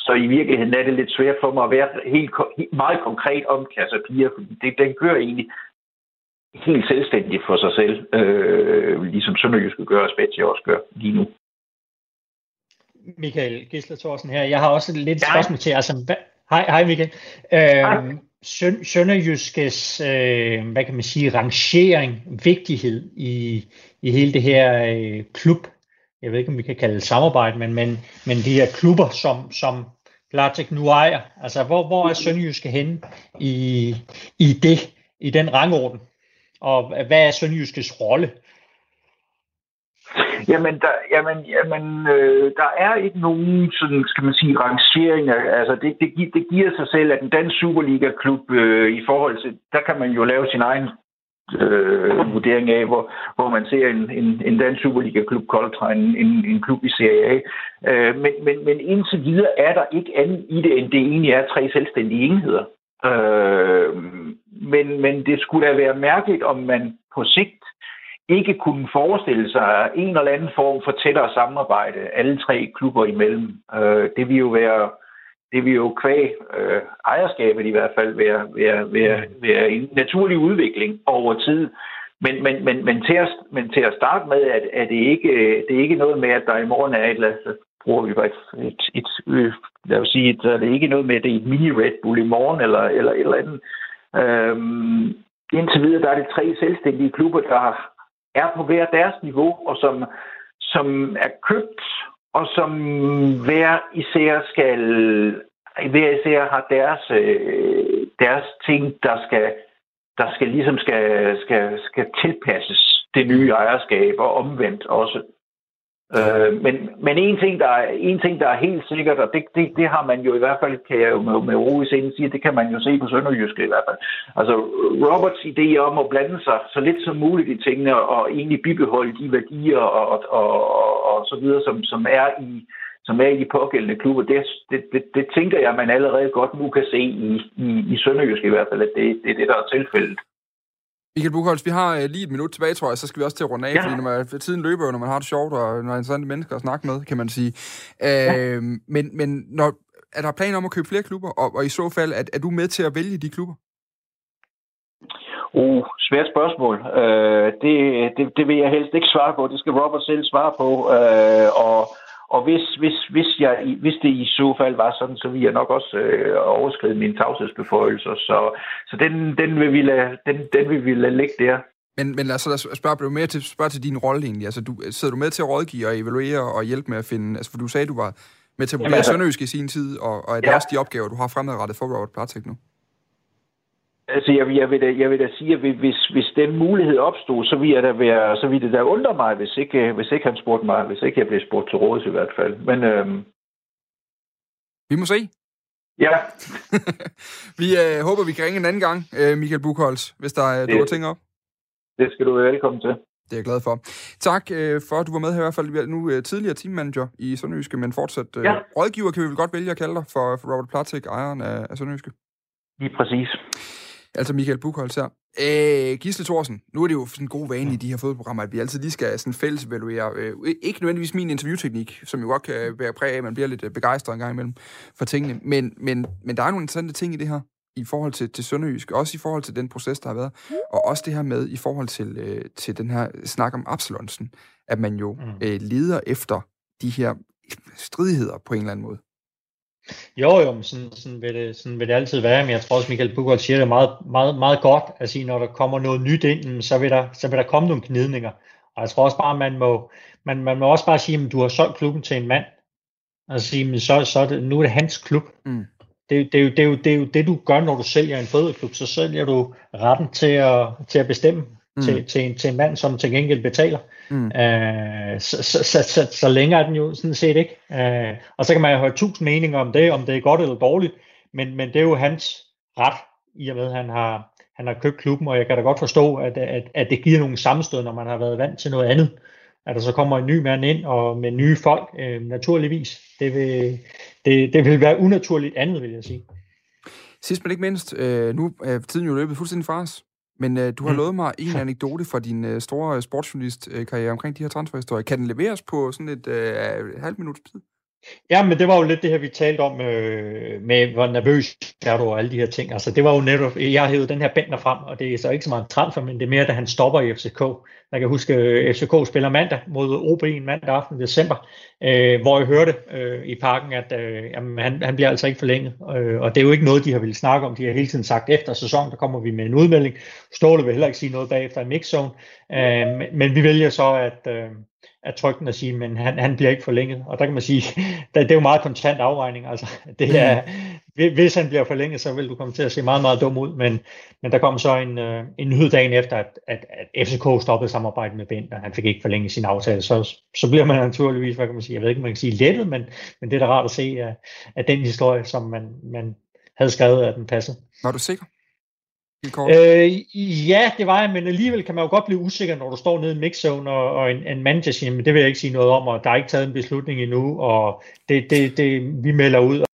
så i virkeligheden er det lidt svært for mig at være helt, helt meget konkret om Casa Pia, fordi det, den kører egentlig helt selvstændigt for sig selv, øh, ligesom Sønderjyske gør og Spezia også gør lige nu. Michael Gisler Thorsen her. Jeg har også lidt ja. spørgsmål til. Altså, hvad, hej, hej Michael. Øh, Søn, Sønderjyskes, øh, hvad kan man sige, rangering, vigtighed i, i hele det her øh, klub. Jeg ved ikke, om vi kan kalde det samarbejde, men, men, men de her klubber, som, som Glatek nu ejer. Altså, hvor, hvor er Sønderjyske henne i, i det, i den rangorden? Og hvad er Sønderjyskes rolle? Jamen, der, jamen, jamen øh, der er ikke nogen, sådan, skal man sige, rangeringer. Altså, det, det, det giver sig selv, at en dansk Superliga-klub øh, i forhold til, der kan man jo lave sin egen øh, vurdering af, hvor, hvor man ser en, en, en dansk Superliga-klub kontra en, en, en klub i Serie A. Øh, men, men, men indtil videre er der ikke andet i det, end det egentlig er tre selvstændige enheder. Øh, men, men det skulle da være mærkeligt, om man på sigt ikke kunne forestille sig en eller anden form for tættere samarbejde, alle tre klubber imellem. Øh, det vil jo være, det vil jo kvæg øh, ejerskabet i hvert fald være, være, være, være en naturlig udvikling over tid. Men, men, men, men, til, at, men til at starte med, at, at det, ikke, det er ikke noget med, at der i morgen er et eller andet, bruger vi bare et, et, et, et lad os sige, at det er ikke noget med, at det er et mini-Red Bull i morgen, eller et eller, eller andet. Øhm, indtil videre, der er det tre selvstændige klubber, der er på hver deres niveau, og som, som er købt, og som hver især skal, hver især har deres, øh, deres ting, der skal, der skal ligesom skal, skal, skal tilpasses det nye ejerskab, og omvendt også. Øh, men, men en ting, der er, en ting, der er helt sikkert, og det, det, det har man jo i hvert fald, kan jeg jo med, med ro i scenen sige, det kan man jo se på Sønderjyske i hvert fald. Altså Roberts idé om at blande sig så lidt som muligt i tingene, og egentlig bibeholde de værdier og, og, og, og så videre, som, som er i som er i de pågældende klubber, det, det, det, det tænker jeg, man allerede godt nu kan se i, i, i Sønderjyske i hvert fald, at det, det er det, der er tilfældet. Michael Buchholz, vi har uh, lige et minut tilbage, tror jeg, så skal vi også til at runde af, ja. Fordi når man, tiden løber jo, når man har det sjovt, og når er interessante mennesker at snakke med, kan man sige. Uh, ja. Men, men når, er der planer om at købe flere klubber, og, og i så fald, er, er du med til at vælge de klubber? Uh, svært spørgsmål. Uh, det, det, det vil jeg helst ikke svare på. Det skal Robert selv svare på, uh, og Og hvis, hvis, hvis, jeg, hvis det i så fald var sådan, så ville jeg nok også øh, overskride mine tavshedsbeføjelser. Så, så den, den, vil vi lade, den, den vil vi lade ligge der. Men, men altså, lad os spørge, mere til, spørge til din rolle egentlig. Altså, du, sidder du med til at rådgive og evaluere og hjælpe med at finde... Altså, for du sagde, du var med til at vurdere Sønderjysk i sin tid, og, og er det ja. også de opgaver, du har fremadrettet for Robert Platek nu? Altså, jeg, jeg, vil da, jeg vil da sige, at hvis, hvis den mulighed opstod, så ville, jeg da være, så ville det da undre mig, hvis ikke, hvis ikke han spurgte mig, hvis ikke jeg blev spurgt til råds i hvert fald. Men øhm... vi må se. Ja. vi øh, håber, vi kan ringe en anden gang, øh, Michael Buchholz, hvis der er du ting op. Det skal du være velkommen til. Det er jeg glad for. Tak øh, for, at du var med her i hvert fald. Nu øh, tidligere teammanager i Sønderjyske, men fortsat øh, ja. rådgiver kan vi vel godt vælge at kalde dig for, for Robert Platek, ejeren af, af Sønderjyske. Lige præcis. Altså Michael Buchholz her. Æh, Gisle Thorsen, nu er det jo sådan en god vane i de her fodprogrammer, at vi altid lige skal sådan fælles evaluere. Øh, ikke nødvendigvis min interviewteknik, som jo godt kan være præg af, at man bliver lidt begejstret en gang imellem for tingene. Men, men, men der er nogle interessante ting i det her, i forhold til, til Sønderjysk, også i forhold til den proces, der har været, og også det her med, i forhold til, øh, til den her snak om Absalonsen, at man jo øh, leder efter de her stridigheder på en eller anden måde. Jo, jo, men sådan, sådan, vil det, sådan vil det altid være, men jeg tror også, Michael Buchholz siger det meget, meget, meget godt, at sige, når der kommer noget nyt ind, så vil der, så vil der komme nogle gnidninger. Og jeg tror også bare, man må, man, man må også bare sige, at du har solgt klubben til en mand, og sige, men så, så er det, nu er det hans klub. Mm. Det, det, er jo, det, er jo, det er jo det, du gør, når du sælger en fodboldklub, så sælger du retten til at, til at bestemme mm. til, til, en, til en mand, som til gengæld betaler. Mm. Uh, så, så, så, så, så længere er den jo sådan set ikke. Uh, og så kan man jo have tusind meninger om det, om det er godt eller dårligt, men, men det er jo hans ret, i og med at han har, han har købt klubben, og jeg kan da godt forstå, at, at, at det giver nogle sammenstød, når man har været vant til noget andet. At der så kommer en ny mand ind, og med nye folk, uh, naturligvis. Det vil, det, det vil være unaturligt andet, vil jeg sige. Sidst men ikke mindst, øh, nu er tiden jo løbet fuldstændig fra os. Men øh, du har mm. lovet mig en anekdote fra din øh, store sportsjournalist-karriere omkring de her transferhistorier. Kan den leveres på sådan et øh, halvt minuts tid? Ja, men det var jo lidt det her, vi talte om øh, med, hvor nervøs er du og alle de her ting. Altså, det var jo netop, jeg hævede den her Bentner frem, og det er så ikke så meget en transfer, men det er mere, da han stopper i F C K. Jeg kan huske, at F C K spiller mandag mod O B en mandag aften i december, øh, hvor jeg hørte øh, i parken, at øh, jamen, han, han bliver altså ikke forlænget. Øh, og det er jo ikke noget, de har ville snakke om. De har hele tiden sagt, efter sæsonen, der kommer vi med en udmelding. Ståle vil heller ikke sige noget bagefter en mixzone. Øh, men, men vi vælger så, at... Øh, at trykken at sige, men han, han bliver ikke forlænget. Og der kan man sige, det er jo meget kontant afregning. Altså, det er, hvis han bliver forlænget, så vil du komme til at se meget, meget dum ud. Men, men der kom så en, en nyhed dagen efter, at, at, at F C K stoppede samarbejdet med Bent, og han fik ikke forlænget sin aftale. Så, så bliver man naturligvis, hvad kan man sige, jeg ved ikke, man kan sige lettet, men, men det er da rart at se, at, at den historie, som man, man havde skrevet, at den passede. Var du sikker? Øh, ja, det var jeg, men alligevel kan man jo godt blive usikker, når du står nede i en mixzone og, og en, en manager siger, men det vil jeg ikke sige noget om, og der er ikke taget en beslutning endnu, og det, det, det vi melder ud.